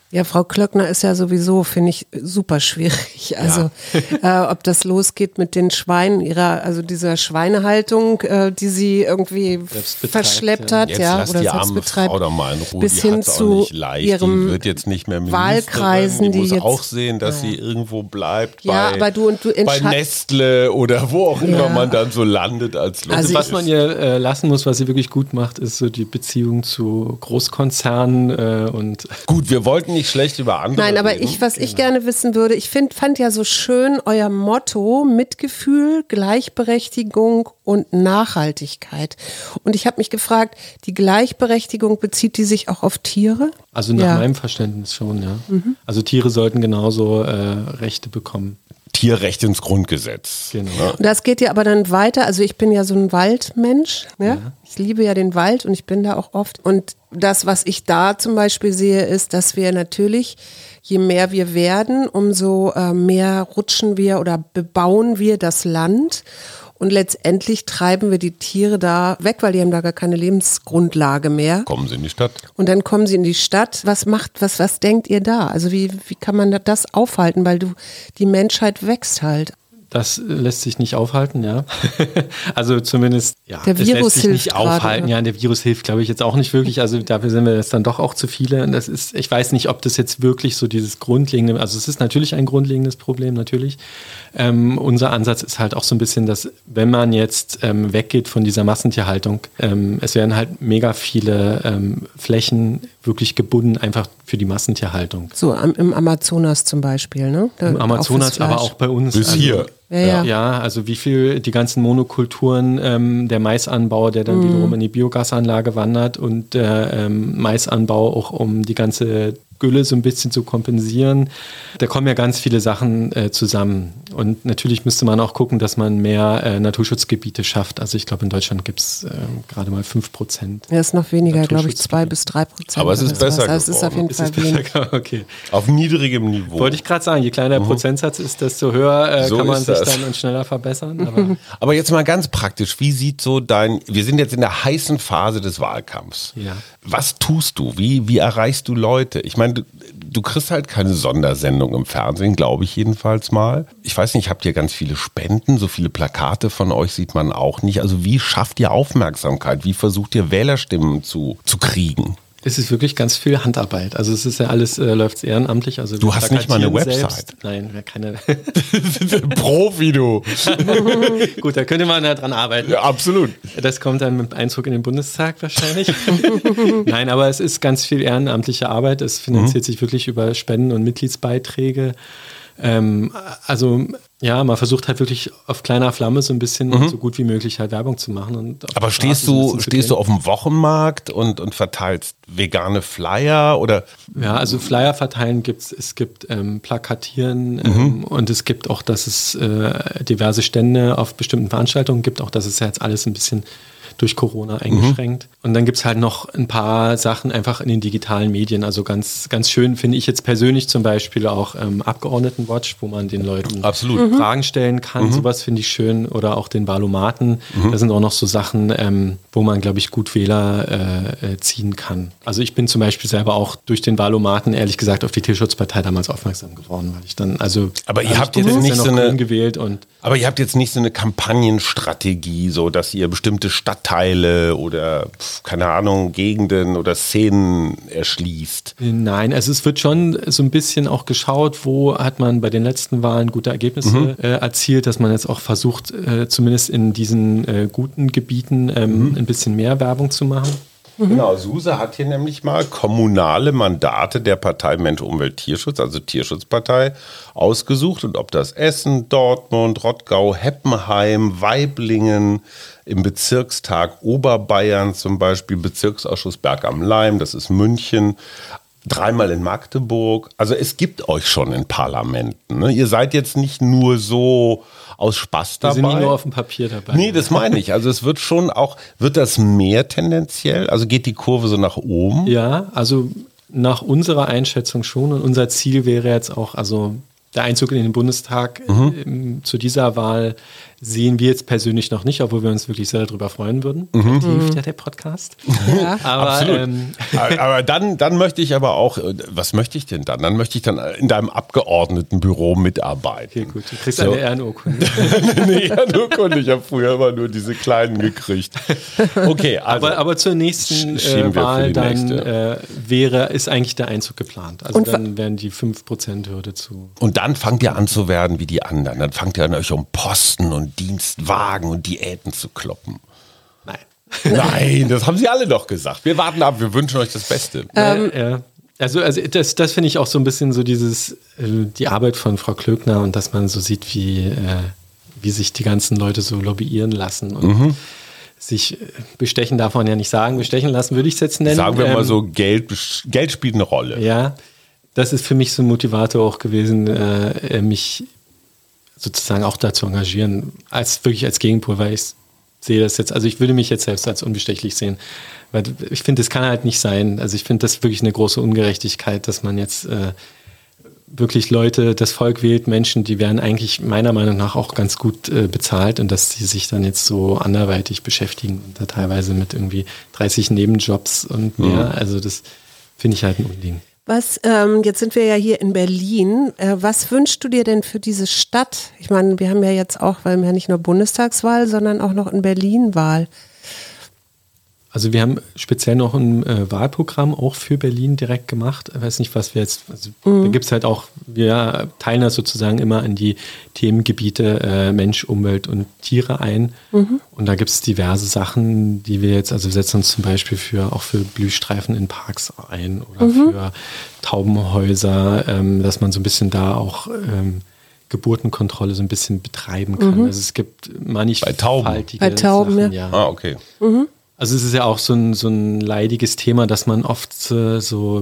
Ja, Frau Klöckner ist ja sowieso, finde ich, super schwierig. Also ob das losgeht mit den Schweinen, dieser Schweinehaltung, die sie irgendwie verschleppt hat, oder selbst betreibt, Frau mal in Ruhe. Bis hin zu ihrem die wird jetzt nicht mehr Wahlkreisen, die muss jetzt auch sehen, dass sie irgendwo bleibt aber du bei Nestle oder wo auch immer man dann so landet als Lobbyist. Also was man ihr lassen muss, was sie wirklich gut macht, ist so die Beziehung zu Großkonzernen und gut, wir wollten nicht schlecht über andere Nein, aber reden. was ich gerne wissen würde, ich fand ja so schön euer Motto: Mitgefühl, Gleichberechtigung und Nachhaltigkeit. Und ich habe mich gefragt, die Gleichberechtigung, bezieht die sich auch auf Tiere? Also nach meinem Verständnis schon, ja. Also Tiere sollten genauso Rechte bekommen. Tierrecht ins Grundgesetz. Genau. Und das geht ja aber dann weiter. Also ich bin ja so ein Waldmensch. Ja? Ich liebe ja den Wald und ich bin da auch oft. Und das, was ich da zum Beispiel sehe, ist, dass wir natürlich, je mehr wir werden, umso mehr rutschen wir oder bebauen wir das Land. Und letztendlich treiben wir die Tiere da weg, weil die haben da gar keine Lebensgrundlage mehr. Kommen sie in die Stadt. Und dann kommen sie in die Stadt. Was denkt ihr da? Also wie kann man das aufhalten? Weil die Menschheit wächst halt. Das lässt sich nicht aufhalten, ja. Also zumindest, der Virus lässt sich hilft nicht aufhalten. Gerade, ja, der Virus hilft, glaube ich, jetzt auch nicht wirklich. Also dafür sind wir jetzt dann doch auch zu viele. Und ich weiß nicht, ob das jetzt wirklich so dieses grundlegende, also es ist natürlich ein grundlegendes Problem, natürlich. Unser Ansatz ist halt auch so ein bisschen, dass wenn man jetzt weggeht von dieser Massentierhaltung, es werden halt mega viele Flächen wirklich gebunden, einfach für die Massentierhaltung. So im Amazonas zum Beispiel, ne? Im Amazonas, aber auch bei uns. Bis hier. Ja, also wie viel die ganzen Monokulturen, der Maisanbau, der dann wiederum in die Biogasanlage wandert und der Maisanbau auch um die ganze Gülle so ein bisschen zu kompensieren. Da kommen ja ganz viele Sachen zusammen. Und natürlich müsste man auch gucken, dass man mehr Naturschutzgebiete schafft. Also ich glaube, in Deutschland gibt es gerade mal 5%. Ja, ist noch weniger, glaube ich, 2 bis 3%. Aber es ist besser geworden. Also es ist auf jeden Fall wenig. Okay. Auf niederigem Niveau. Wollte ich gerade sagen, je kleiner der Prozentsatz ist, desto höher kann man sich dann und schneller verbessern. Aber jetzt mal ganz praktisch, wie sieht so wir sind jetzt in der heißen Phase des Wahlkampfs. Ja. Was tust du? Wie erreichst du Leute? Ich meine, du kriegst halt keine Sondersendung im Fernsehen, glaube ich jedenfalls mal. Ich weiß nicht, habt ihr ganz viele Spenden? So viele Plakate von euch sieht man auch nicht. Also wie schafft ihr Aufmerksamkeit? Wie versucht ihr Wählerstimmen zu kriegen? Es ist wirklich ganz viel Handarbeit. Also es ist ja alles, läuft ehrenamtlich. Also du hast nicht mal eine Website? Selbst. Nein, keine. Profi, du. Gut, da könnte man ja dran arbeiten. Ja, absolut. Das kommt dann mit Einzug in den Bundestag wahrscheinlich. Nein, aber es ist ganz viel ehrenamtliche Arbeit. Es finanziert sich wirklich über Spenden und Mitgliedsbeiträge. Also ja, man versucht halt wirklich auf kleiner Flamme so ein bisschen so gut wie möglich halt Werbung zu machen. Und aber stehst du auf dem Wochenmarkt und verteilst vegane Flyer oder? Ja, also Flyer verteilen gibt's. Es gibt Plakatieren und es gibt auch, dass es diverse Stände auf bestimmten Veranstaltungen gibt. Auch das ist ja jetzt alles ein bisschen durch Corona eingeschränkt. Und dann gibt es halt noch ein paar Sachen einfach in den digitalen Medien. Also ganz, ganz schön finde ich jetzt persönlich zum Beispiel auch Abgeordnetenwatch, wo man den Leuten Fragen stellen kann. Sowas finde ich schön. Oder auch den Wahlomaten. Da sind auch noch so Sachen, wo man, glaube ich, gut Wähler ziehen kann. Also ich bin zum Beispiel selber auch durch den Wahlomaten, ehrlich gesagt, auf die Tierschutzpartei damals aufmerksam geworden, weil ich dann, aber ihr habt jetzt nicht so eine gewählt und aber ihr habt jetzt nicht so eine Kampagnenstrategie, so dass ihr bestimmte Stadtteile oder keine Ahnung, Gegenden oder Szenen erschließt. Nein, also es wird schon so ein bisschen auch geschaut, wo hat man bei den letzten Wahlen gute Ergebnisse erzielt, dass man jetzt auch versucht, zumindest in diesen guten Gebieten ein bisschen mehr Werbung zu machen. Genau, SUSE hat hier nämlich mal kommunale Mandate der Partei Mensch, Umwelt, Tierschutz, also Tierschutzpartei, ausgesucht. Und ob das Essen, Dortmund, Rottgau, Heppenheim, Waiblingen, im Bezirkstag Oberbayern zum Beispiel, Bezirksausschuss Berg am Laim, das ist München, 3-mal in Magdeburg. Also es gibt euch schon in Parlamenten. Ne? Ihr seid jetzt nicht nur so aus Spaß dabei. Wir sind nie nur auf dem Papier dabei. Nee, das meine ich. Also es wird schon auch, wird das mehr tendenziell? Also geht die Kurve so nach oben? Ja, also nach unserer Einschätzung schon. Und unser Ziel wäre jetzt auch, also der Einzug in den Bundestag zu dieser Wahl sehen wir jetzt persönlich noch nicht, obwohl wir uns wirklich sehr darüber freuen würden. Vielleicht hilft ja der Podcast. Ja, aber, absolut. Aber dann möchte ich aber auch, was möchte ich denn dann? Dann möchte ich dann in deinem Abgeordnetenbüro mitarbeiten. Okay, gut. Du kriegst eine Ehrenurkunde. Eine Ehrenurkunde. Ich habe früher immer nur diese kleinen gekriegt. Okay, also. Aber zur nächsten Wahl dann ist eigentlich der Einzug geplant. Also dann werden die 5%-Hürde zu. Und dann fangt ihr an zu werden wie die anderen. Dann fangt ihr an, euch um Posten und Dienstwagen und Diäten zu kloppen. Nein, das haben sie alle doch gesagt. Wir warten ab, wir wünschen euch das Beste. Also das finde ich auch so ein bisschen so die Arbeit von Frau Klöckner und dass man so sieht, wie sich die ganzen Leute so lobbyieren lassen und sich bestechen darf man ja nicht sagen. Bestechen lassen würde ich es jetzt nennen. Sagen wir mal so, Geld spielt eine Rolle. Ja, das ist für mich so ein Motivator auch gewesen, mich sozusagen auch da zu engagieren, als Gegenpol, weil ich sehe das jetzt, also ich würde mich jetzt selbst als unbestechlich sehen, weil ich finde, das kann halt nicht sein. Also ich finde das wirklich eine große Ungerechtigkeit, dass man jetzt wirklich Leute, das Volk wählt, Menschen, die werden eigentlich meiner Meinung nach auch ganz gut bezahlt und dass sie sich dann jetzt so anderweitig beschäftigen und da teilweise mit irgendwie 30 Nebenjobs und mehr. Also das finde ich halt ein Unding. Jetzt sind wir ja hier in Berlin. Was wünschst du dir denn für diese Stadt? Ich meine, wir haben ja jetzt auch, weil wir ja nicht nur Bundestagswahl, sondern auch noch in Berlin Wahl. Also wir haben speziell noch ein Wahlprogramm auch für Berlin direkt gemacht. Ich weiß nicht, was wir jetzt, da gibt es halt auch, wir teilen das sozusagen immer in die Themengebiete Mensch, Umwelt und Tiere ein. Und da gibt es diverse Sachen, die wir jetzt, also wir setzen uns zum Beispiel auch für Blühstreifen in Parks ein oder für Taubenhäuser, dass man so ein bisschen da auch Geburtenkontrolle so ein bisschen betreiben kann. Also es gibt mannigfaltige Bei Tauben, Sachen. ja. Ah, okay. Also es ist ja auch so ein leidiges Thema, dass man oft so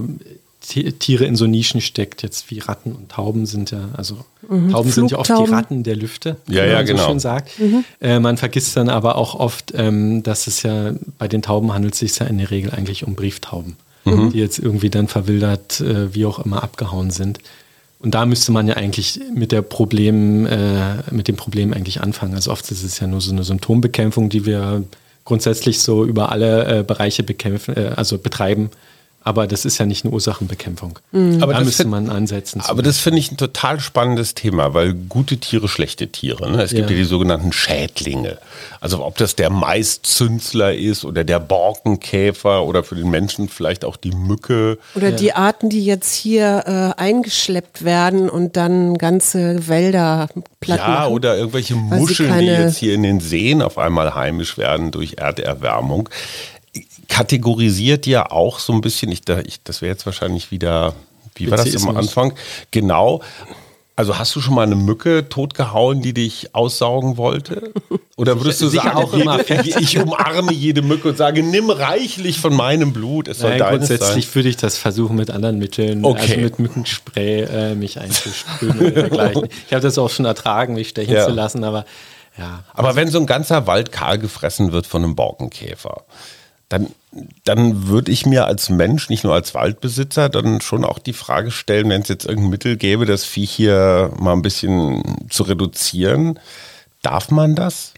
Tiere in so Nischen steckt, jetzt wie Ratten und Tauben sind ja, also Tauben sind ja oft die Ratten der Lüfte, wie man so schön sagt. Man vergisst dann aber auch oft, dass es ja bei den Tauben handelt es sich ja in der Regel eigentlich um Brieftauben, die jetzt irgendwie dann verwildert, wie auch immer abgehauen sind. Und da müsste man ja eigentlich mit dem Problem eigentlich anfangen. Also oft ist es ja nur so eine Symptombekämpfung, die wir grundsätzlich so über alle Bereiche betreiben. Aber das ist ja nicht eine Ursachenbekämpfung. Aber da müsste man ansetzen. Aber das finde ich ein total spannendes Thema, weil gute Tiere, schlechte Tiere. Ne? Es gibt ja die sogenannten Schädlinge. Also ob das der Maiszünsler ist oder der Borkenkäfer oder für den Menschen vielleicht auch die Mücke. Oder die Arten, die jetzt hier eingeschleppt werden und dann ganze Wälder platt machen. Ja, oder irgendwelche Muscheln, die jetzt hier in den Seen auf einmal heimisch werden durch Erderwärmung. Kategorisiert ja auch so ein bisschen, das wäre jetzt wahrscheinlich wieder, wie war das am Anfang? Genau. Also hast du schon mal eine Mücke totgehauen, die dich aussaugen wollte? Oder würdest du sagen, auch immer ich umarme jede Mücke und sage, nimm reichlich von meinem Blut, es soll deines sein? Grundsätzlich würde ich das versuchen mit anderen Mitteln, also mit Mückenspray mich einzusprühen oder dergleichen. Ich habe das auch schon ertragen, mich stechen zu lassen, aber ja. Aber wenn so ein ganzer Wald kahl gefressen wird von einem Borkenkäfer, dann würde ich mir als Mensch, nicht nur als Waldbesitzer, dann schon auch die Frage stellen, wenn es jetzt irgendein Mittel gäbe, das Viech hier mal ein bisschen zu reduzieren. Darf man das?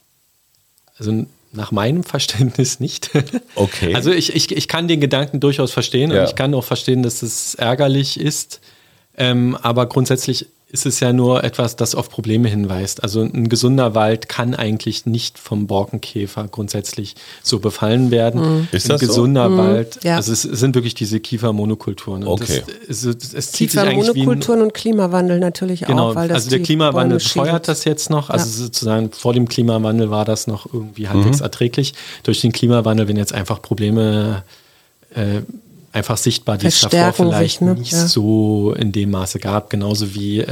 Also nach meinem Verständnis nicht. Okay. Also ich kann den Gedanken durchaus verstehen und ich kann auch verstehen, dass es ärgerlich ist. Aber grundsätzlich ist es ja nur etwas, das auf Probleme hinweist. Also ein gesunder Wald kann eigentlich nicht vom Borkenkäfer grundsätzlich so befallen werden. Ist das ein gesunder so? Wald, also es sind wirklich diese Kiefermonokulturen. Okay. Es zieht sich eigentlich Kiefermonokulturen und Klimawandel natürlich auch. Weil das also der Klimawandel befeuert das jetzt noch. Also sozusagen vor dem Klimawandel war das noch irgendwie halbwegs erträglich. Durch den Klimawandel, wenn jetzt einfach Probleme einfach sichtbar, die es davor vielleicht nicht so in dem Maße gab. Genauso wie,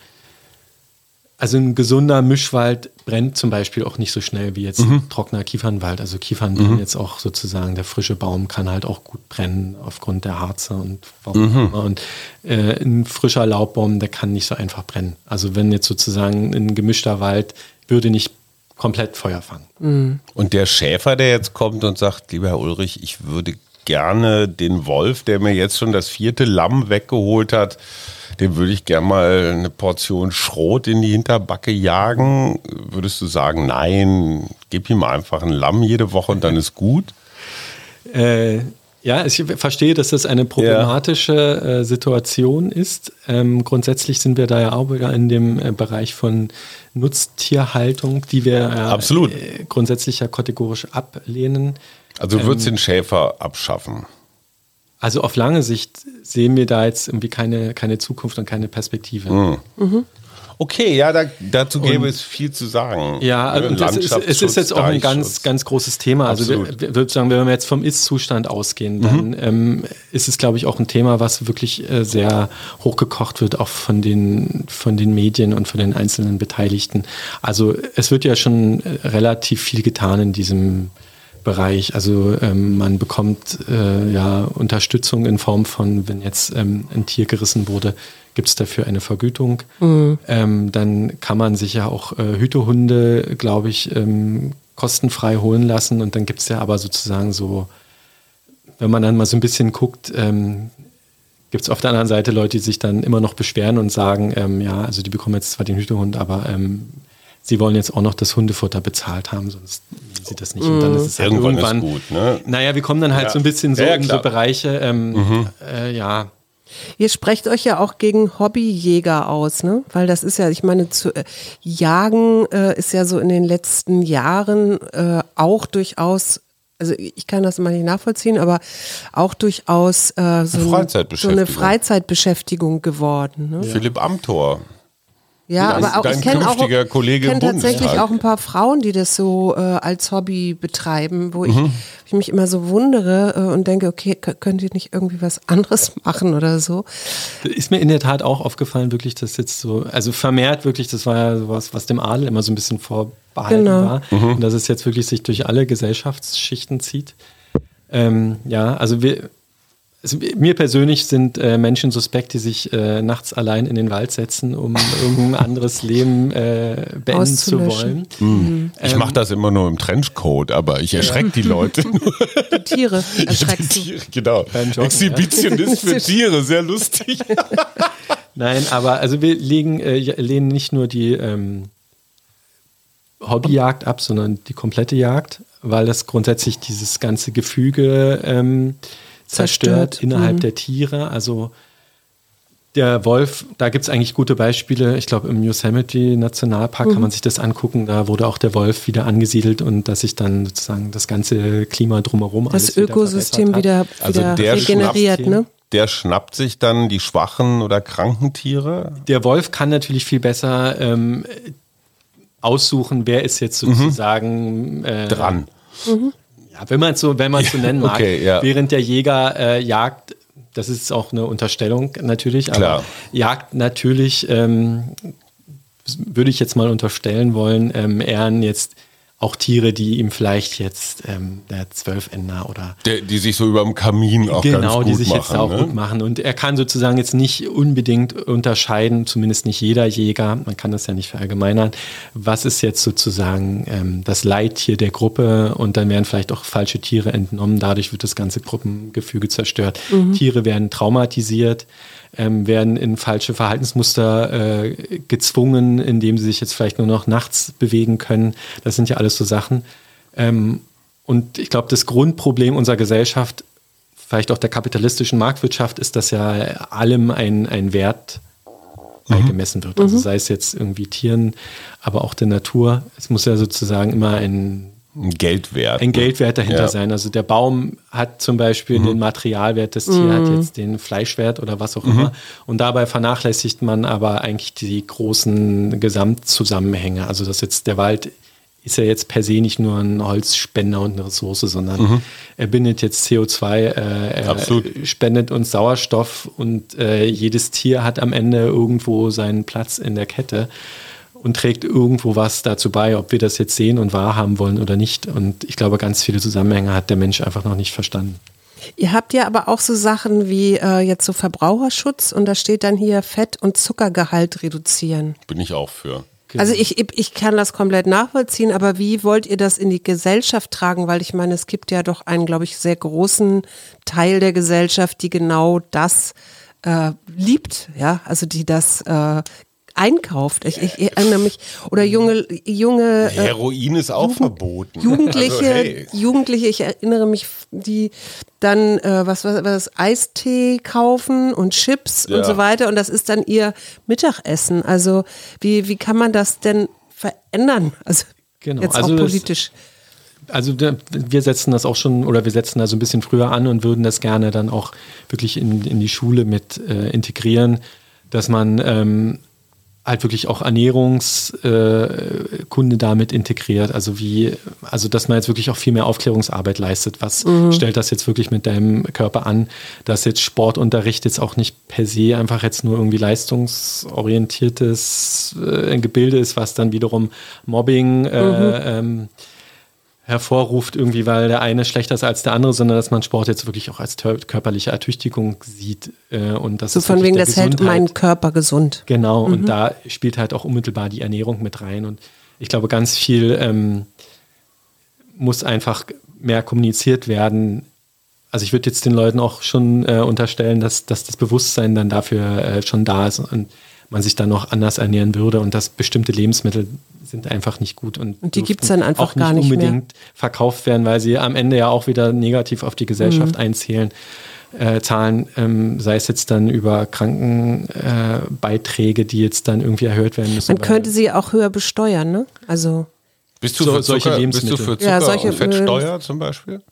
also ein gesunder Mischwald brennt zum Beispiel auch nicht so schnell wie jetzt ein trockener Kiefernwald. Also Kiefern brennen jetzt auch sozusagen, der frische Baum kann halt auch gut brennen aufgrund der Harze und warum auch immer. Und ein frischer Laubbaum, der kann nicht so einfach brennen. Also wenn jetzt sozusagen ein gemischter Wald würde nicht komplett Feuer fangen. Und der Schäfer, der jetzt kommt und sagt, lieber Herr Ulrich, ich würde gerne den Wolf, der mir jetzt schon das 4. Lamm weggeholt hat, dem würde ich gerne mal eine Portion Schrot in die Hinterbacke jagen. Würdest du sagen, nein, gib ihm einfach ein Lamm jede Woche und dann ist gut? Ja, ich verstehe, dass das eine problematische Situation ist. Grundsätzlich sind wir da ja auch wieder in dem Bereich von Nutztierhaltung, die wir grundsätzlich ja kategorisch ablehnen. Also du würdest den Schäfer abschaffen? Also auf lange Sicht sehen wir da jetzt irgendwie keine Zukunft und keine Perspektive. Okay, ja, dazu gäbe es viel zu sagen. Ja, also es ist jetzt auch ein ganz großes Thema. Also wir würde sagen, wenn wir jetzt vom Ist-Zustand ausgehen, dann ist es, glaube ich, auch ein Thema, was wirklich sehr hochgekocht wird, auch von den Medien und von den einzelnen Beteiligten. Also es wird ja schon relativ viel getan in diesem Bereich. Also man bekommt Unterstützung in Form von, wenn jetzt ein Tier gerissen wurde, gibt es dafür eine Vergütung. Dann kann man sich ja auch Hütehunde, glaube ich, kostenfrei holen lassen. Und dann gibt es ja aber sozusagen so, wenn man dann mal so ein bisschen guckt, gibt es auf der anderen Seite Leute, die sich dann immer noch beschweren und sagen, also die bekommen jetzt zwar den Hütehund, aber sie wollen jetzt auch noch das Hundefutter bezahlt haben, sonst nehmen sie das nicht. Und dann ist es halt irgendwann ist gut, ne? Naja, wir kommen dann halt so ein bisschen so in so Bereiche, Ihr sprecht euch ja auch gegen Hobbyjäger aus, ne? Weil das ist ja, ich meine, Jagen ist ja so in den letzten Jahren auch durchaus, also ich kann das immer nicht nachvollziehen, aber auch durchaus so eine Freizeitbeschäftigung geworden. Ne? Philipp Amthor. Ja, aber auch ich kenne tatsächlich auch ein paar Frauen, die das so als Hobby betreiben, wo ich mich immer so wundere und denke, okay, könnt ihr nicht irgendwie was anderes machen oder so? Ist mir in der Tat auch aufgefallen, wirklich, dass jetzt so, also vermehrt wirklich, das war ja sowas, was dem Adel immer so ein bisschen vorbehalten war und dass es jetzt wirklich sich durch alle Gesellschaftsschichten zieht. Also mir persönlich sind Menschen suspekt, die sich nachts allein in den Wald setzen, um irgendein anderes Leben beenden zu wollen. Ich mache das immer nur im Trenchcoat, aber ich erschrecke die Leute. Die Tiere erschreckst du. Genau. Exhibitionist für Tiere, sehr lustig. Nein, aber also wir lehnen nicht nur die Hobbyjagd ab, sondern die komplette Jagd, weil das grundsätzlich dieses ganze Gefüge zerstört innerhalb der Tiere. Also der Wolf, da gibt es eigentlich gute Beispiele. Ich glaube, im Yosemite Nationalpark kann man sich das angucken. Da wurde auch der Wolf wieder angesiedelt und dass sich dann sozusagen das ganze Klima drumherum das Ökosystem wieder regeneriert, ne? Der schnappt sich dann die schwachen oder kranken Tiere? Der Wolf kann natürlich viel besser aussuchen, wer ist jetzt sozusagen dran. Ja, wenn man es so nennen mag, während der Jäger jagt, das ist auch eine Unterstellung natürlich, aber jagt natürlich, würde ich jetzt mal unterstellen wollen, eher jetzt auch Tiere, die ihm vielleicht jetzt der Zwölfender oder die sich so über dem Kamin auch ganz gut machen. Genau, die sich jetzt auch gut machen. Und er kann sozusagen jetzt nicht unbedingt unterscheiden, zumindest nicht jeder Jäger, man kann das ja nicht verallgemeinern, was ist jetzt sozusagen das Leittier der Gruppe und dann werden vielleicht auch falsche Tiere entnommen, dadurch wird das ganze Gruppengefüge zerstört. Tiere werden traumatisiert, werden in falsche Verhaltensmuster gezwungen, indem sie sich jetzt vielleicht nur noch nachts bewegen können. Das sind ja alles so Sachen. Und ich glaube, das Grundproblem unserer Gesellschaft, vielleicht auch der kapitalistischen Marktwirtschaft, ist, dass ja allem ein Wert beigemessen wird. Also sei es jetzt irgendwie Tieren, aber auch der Natur. Es muss ja sozusagen immer ein Geldwert dahinter sein. Also der Baum hat zum Beispiel den Materialwert, das Tier hat jetzt den Fleischwert oder was auch immer. Und dabei vernachlässigt man aber eigentlich die großen Gesamtzusammenhänge. Also dass jetzt der Wald ist ja jetzt per se nicht nur ein Holzspender und eine Ressource, sondern er bindet jetzt CO2, er spendet uns Sauerstoff und jedes Tier hat am Ende irgendwo seinen Platz in der Kette und trägt irgendwo was dazu bei, ob wir das jetzt sehen und wahrhaben wollen oder nicht. Und ich glaube, ganz viele Zusammenhänge hat der Mensch einfach noch nicht verstanden. Ihr habt ja aber auch so Sachen wie jetzt so Verbraucherschutz und da steht dann hier Fett- und Zuckergehalt reduzieren. Bin ich auch für. Also ich kann das komplett nachvollziehen, aber wie wollt ihr das in die Gesellschaft tragen? Weil ich meine, es gibt ja doch einen, glaube ich, sehr großen Teil der Gesellschaft, die genau das liebt, ja, also die das einkauft. Ich erinnere mich, oder junge Heroin ist auch verboten. Jugendliche, ich erinnere mich, die dann was Eistee kaufen und Chips und so weiter, und das ist dann ihr Mittagessen. Also wie kann man das denn verändern? Also jetzt auch politisch. Wir setzen das auch schon, oder wir setzen das so ein bisschen früher an und würden das gerne dann auch wirklich in die Schule mit integrieren, dass man halt wirklich auch Ernährungskunde damit integriert, also dass man jetzt wirklich auch viel mehr Aufklärungsarbeit leistet. Was stellt das jetzt wirklich mit deinem Körper an, dass jetzt Sportunterricht jetzt auch nicht per se einfach jetzt nur irgendwie leistungsorientiertes Gebilde ist, was dann wiederum Mobbing hervorruft, irgendwie, weil der eine schlechter ist als der andere, sondern dass man Sport jetzt wirklich auch als körperliche Ertüchtigung sieht. Und das so ist von wegen, das Gesundheit. hält meinen Körper gesund. Genau, und da spielt halt auch unmittelbar die Ernährung mit rein. Und ich glaube, ganz viel muss einfach mehr kommuniziert werden. Also ich würde jetzt den Leuten auch schon unterstellen, dass das Bewusstsein dann dafür schon da ist und man sich dann noch anders ernähren würde und dass bestimmte Lebensmittel sind einfach nicht gut und die gibt es dann einfach auch nicht gar nicht unbedingt mehr verkauft werden, weil sie am Ende ja auch wieder negativ auf die Gesellschaft einzahlen, sei es jetzt dann über Krankenbeiträge, die jetzt dann irgendwie erhöht werden müssen. Man könnte sie auch höher besteuern, ne? Also bist du für solche Lebensmittel? Bist du für Zucker und Fettsteuer zum Beispiel?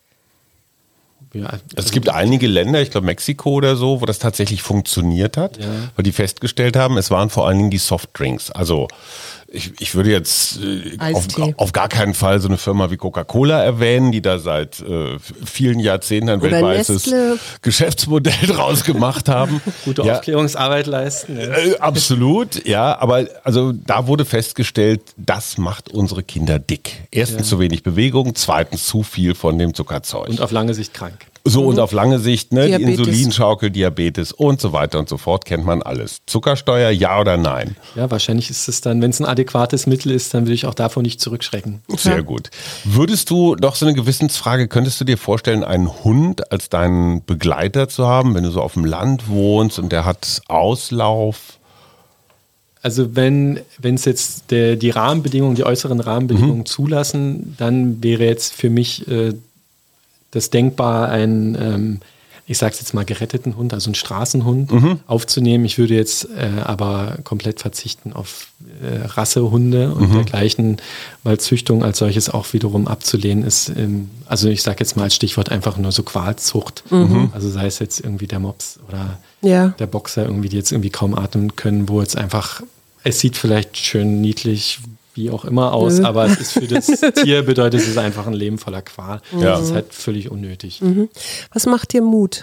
Ja, es gibt einige Länder, ich glaube Mexiko oder so, wo das tatsächlich funktioniert hat, weil die festgestellt haben, es waren vor allen Dingen die Softdrinks. Also ich würde jetzt auf gar keinen Fall so eine Firma wie Coca-Cola erwähnen, die da seit vielen Jahrzehnten ein weltweites Geschäftsmodell draus gemacht haben. Gute Aufklärungsarbeit leisten. Ja. Absolut, ja, aber also da wurde festgestellt, das macht unsere Kinder dick. Erstens zu wenig Bewegung, zweitens zu viel von dem Zuckerzeug. Und auf lange Sicht krank. So, und auf lange Sicht, ne, die Insulinschaukel, Diabetes und so weiter und so fort, kennt man alles. Zuckersteuer, ja oder nein? Ja, wahrscheinlich ist es dann, wenn es ein adäquates Mittel ist, dann würde ich auch davon nicht zurückschrecken. Sehr gut. Würdest du, doch so eine Gewissensfrage, könntest du dir vorstellen, einen Hund als deinen Begleiter zu haben, wenn du so auf dem Land wohnst und der hat Auslauf? Also wenn es jetzt die Rahmenbedingungen, die äußeren Rahmenbedingungen zulassen, dann wäre jetzt für mich das denkbar, einen, ich sage es jetzt mal, geretteten Hund, also einen Straßenhund aufzunehmen. Ich würde jetzt aber komplett verzichten auf Rassehunde und dergleichen, weil Züchtung als solches auch wiederum abzulehnen ist. Also ich sage jetzt mal als Stichwort einfach nur so Qualzucht. Also sei es jetzt irgendwie der Mops oder der Boxer, irgendwie, die jetzt irgendwie kaum atmen können, wo jetzt einfach, es sieht vielleicht schön niedlich wie auch immer aus, aber es ist für das Tier bedeutet es einfach ein Leben voller Qual. Das ist halt völlig unnötig. Was macht dir Mut?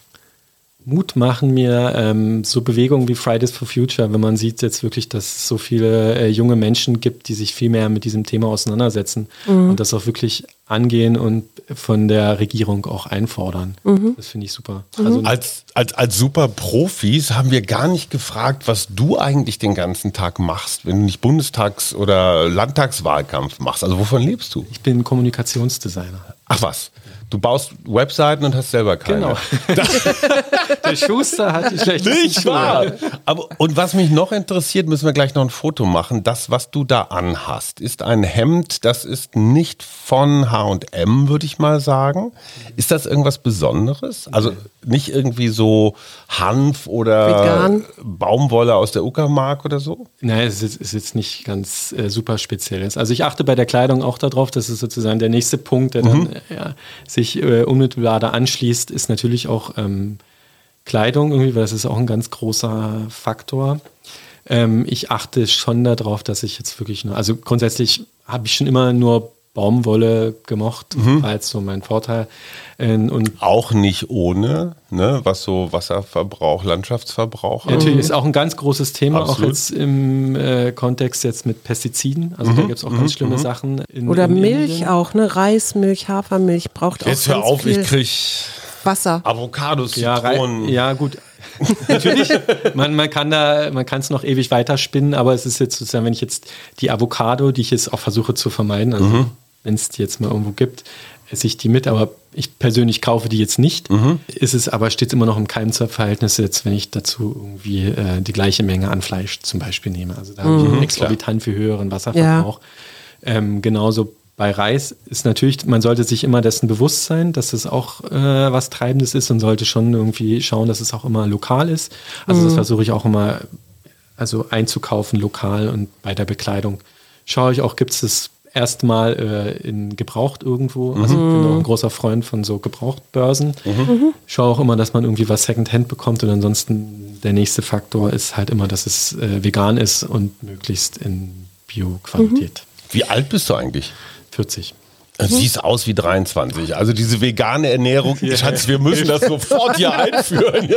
Mut machen mir so Bewegungen wie Fridays for Future, wenn man sieht jetzt wirklich, dass es so viele junge Menschen gibt, die sich viel mehr mit diesem Thema auseinandersetzen und das auch wirklich angehen und von der Regierung auch einfordern. Das finde ich super. Also als super Profis haben wir gar nicht gefragt, was du eigentlich den ganzen Tag machst, wenn du nicht Bundestags- oder Landtagswahlkampf machst. Also wovon lebst du? Ich bin Kommunikationsdesigner. Ach was? Du baust Webseiten und hast selber keine. Genau. Der Schuster hat die schlechtesten Nicht wahr? Aber, und was mich noch interessiert, müssen wir gleich noch ein Foto machen. Das, was du da anhast, ist ein Hemd, das ist nicht von H&M, würde ich mal sagen. Ist das irgendwas Besonderes? Also nicht irgendwie so Hanf oder Vegan? Baumwolle aus der Uckermark oder so? Nein, es ist jetzt nicht ganz super Spezielles. Also ich achte bei der Kleidung auch darauf, das ist sozusagen der nächste Punkt, der dann sich unmittelbar da anschließt, ist natürlich auch Kleidung irgendwie, weil das ist auch ein ganz großer Faktor. Ich achte schon darauf, dass ich jetzt wirklich nur, also grundsätzlich habe ich schon immer nur Baumwolle gemocht, war jetzt so mein Vorteil. Und auch nicht ohne, ne, was so Wasserverbrauch, Landschaftsverbrauch. Natürlich ist auch ein ganz großes Thema, Absolut. auch jetzt im Kontext jetzt mit Pestiziden. Also da gibt es auch ganz schlimme Sachen. Oder in Milch Indien. auch, ne? Reismilch, Hafermilch braucht Jetzt auch hör ganz auf, viel ich krieg Wasser. Avocados, Ja, Zitronen. ja, gut. Natürlich, man kann es noch ewig weiter spinnen, aber es ist jetzt sozusagen, wenn ich jetzt die Avocado, die ich jetzt auch versuche zu vermeiden, also wenn es die jetzt mal irgendwo gibt, esse ich die mit, aber ich persönlich kaufe die jetzt nicht. Ist es aber, steht immer noch im Keimverhältnis jetzt, wenn ich dazu irgendwie die gleiche Menge an Fleisch zum Beispiel nehme. Also da habe ich einen exorbitant viel höheren Wasserverbrauch. Genauso bei Reis ist natürlich, man sollte sich immer dessen bewusst sein, dass es auch was Treibendes ist und sollte schon irgendwie schauen, dass es auch immer lokal ist. Also das versuche ich auch immer einzukaufen lokal, und bei der Bekleidung schaue ich auch, gibt es das erstmal in gebraucht irgendwo. Also ich bin auch ein großer Freund von so Gebrauchtbörsen. Schaue auch immer, dass man irgendwie was Secondhand bekommt, und ansonsten der nächste Faktor ist halt immer, dass es vegan ist und möglichst in Bio-Qualität. Wie alt bist du eigentlich? 40. Du siehst aus wie 23. Also diese vegane Ernährung, Schatz, wir müssen das sofort hier einführen.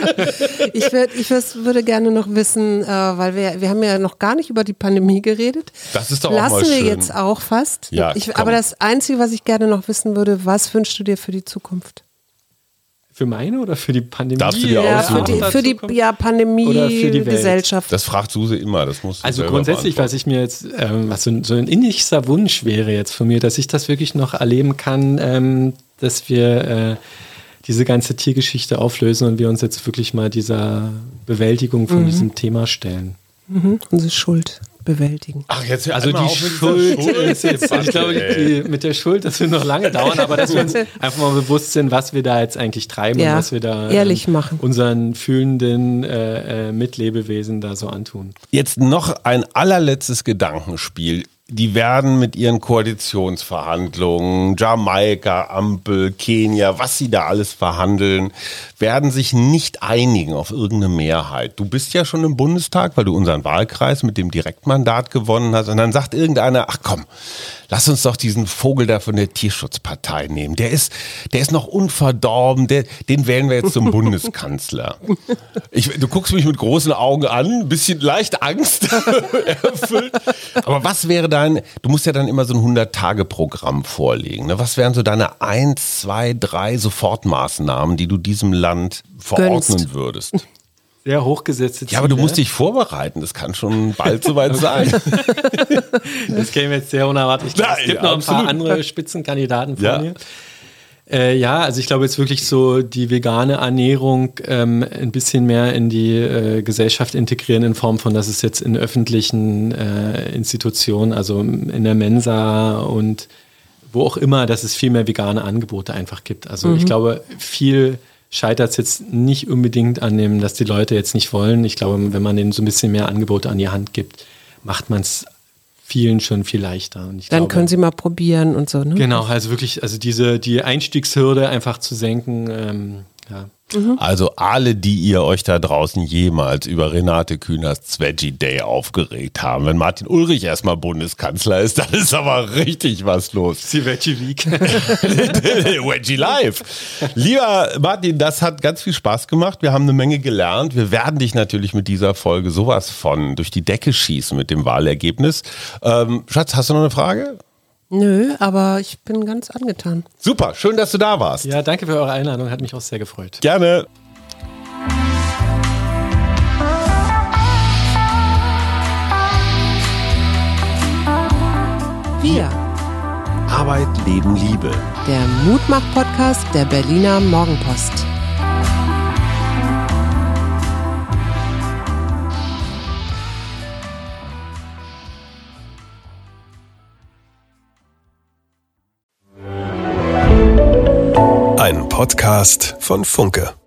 Ich würde gerne noch wissen, weil wir haben ja noch gar nicht über die Pandemie geredet. Das ist doch auch mal schön. Lassen wir jetzt auch fast. Ja, aber das Einzige, was ich gerne noch wissen würde, was wünschst du dir für die Zukunft? Für meine oder für die Pandemie? Darfst du dir aussuchen? Für die Pandemie oder für die Welt? Gesellschaft. Das fragt Suse immer, das musst du Also grundsätzlich, was ich mir jetzt, was so ein innigster Wunsch wäre jetzt von mir, dass ich das wirklich noch erleben kann, dass wir diese ganze Tiergeschichte auflösen und wir uns jetzt wirklich mal dieser Bewältigung von diesem Thema stellen. Unsere Schuld bewältigen. Ach, jetzt also die Schuld ist jetzt, ich glaube, mit der Schuld, das wird noch lange dauern, aber dass wir uns einfach mal bewusst sind, was wir da jetzt eigentlich treiben und was wir da ehrlich machen. Unseren fühlenden Mitlebewesen da so antun. Jetzt noch ein allerletztes Gedankenspiel. Die werden mit ihren Koalitionsverhandlungen, Jamaika, Ampel, Kenia, was sie da alles verhandeln, werden sich nicht einigen auf irgendeine Mehrheit. Du bist ja schon im Bundestag, weil du unseren Wahlkreis mit dem Direktmandat gewonnen hast. Und dann sagt irgendeiner, ach komm, lass uns doch diesen Vogel da von der Tierschutzpartei nehmen. Der ist noch unverdorben, den wählen wir jetzt zum Bundeskanzler. Du guckst mich mit großen Augen an, ein bisschen leicht Angst erfüllt. Aber was wäre du musst ja dann immer so ein 100-Tage-Programm vorlegen. Ne? Was wären so deine 1, 2, 3 Sofortmaßnahmen, die du diesem Land verordnen würdest? Sehr hochgesetzte Ziele. Ja, aber du musst dich vorbereiten. Das kann schon bald soweit sein. Das käme jetzt sehr unerwartet. Es gibt noch ein paar andere Spitzenkandidaten vor mir. Also ich glaube jetzt wirklich so die vegane Ernährung ein bisschen mehr in die Gesellschaft integrieren in Form von, dass es jetzt in öffentlichen Institutionen, also in der Mensa und wo auch immer, dass es viel mehr vegane Angebote einfach gibt. Also ich glaube, viel scheitert es jetzt nicht unbedingt an dem, dass die Leute jetzt nicht wollen. Ich glaube, wenn man denen so ein bisschen mehr Angebote an die Hand gibt, macht man es vielen schon viel leichter. Und dann können sie mal probieren und so, ne? Genau, also wirklich, also die Einstiegshürde einfach zu senken, Also alle, die ihr euch da draußen jemals über Renate Künast Veggie Day aufgeregt haben, wenn Martin Ulrich erstmal Bundeskanzler ist, dann ist aber richtig was los. Die Veggie Week. Veggie Live. Lieber Martin, das hat ganz viel Spaß gemacht. Wir haben eine Menge gelernt. Wir werden dich natürlich mit dieser Folge sowas von durch die Decke schießen mit dem Wahlergebnis. Schatz, hast du noch eine Frage? Nö, aber ich bin ganz angetan. Super, schön, dass du da warst. Ja, danke für eure Einladung, hat mich auch sehr gefreut. Gerne. Wir. Arbeit, Leben, Liebe. Der Mutmach-Podcast der Berliner Morgenpost. Ein Podcast von Funke.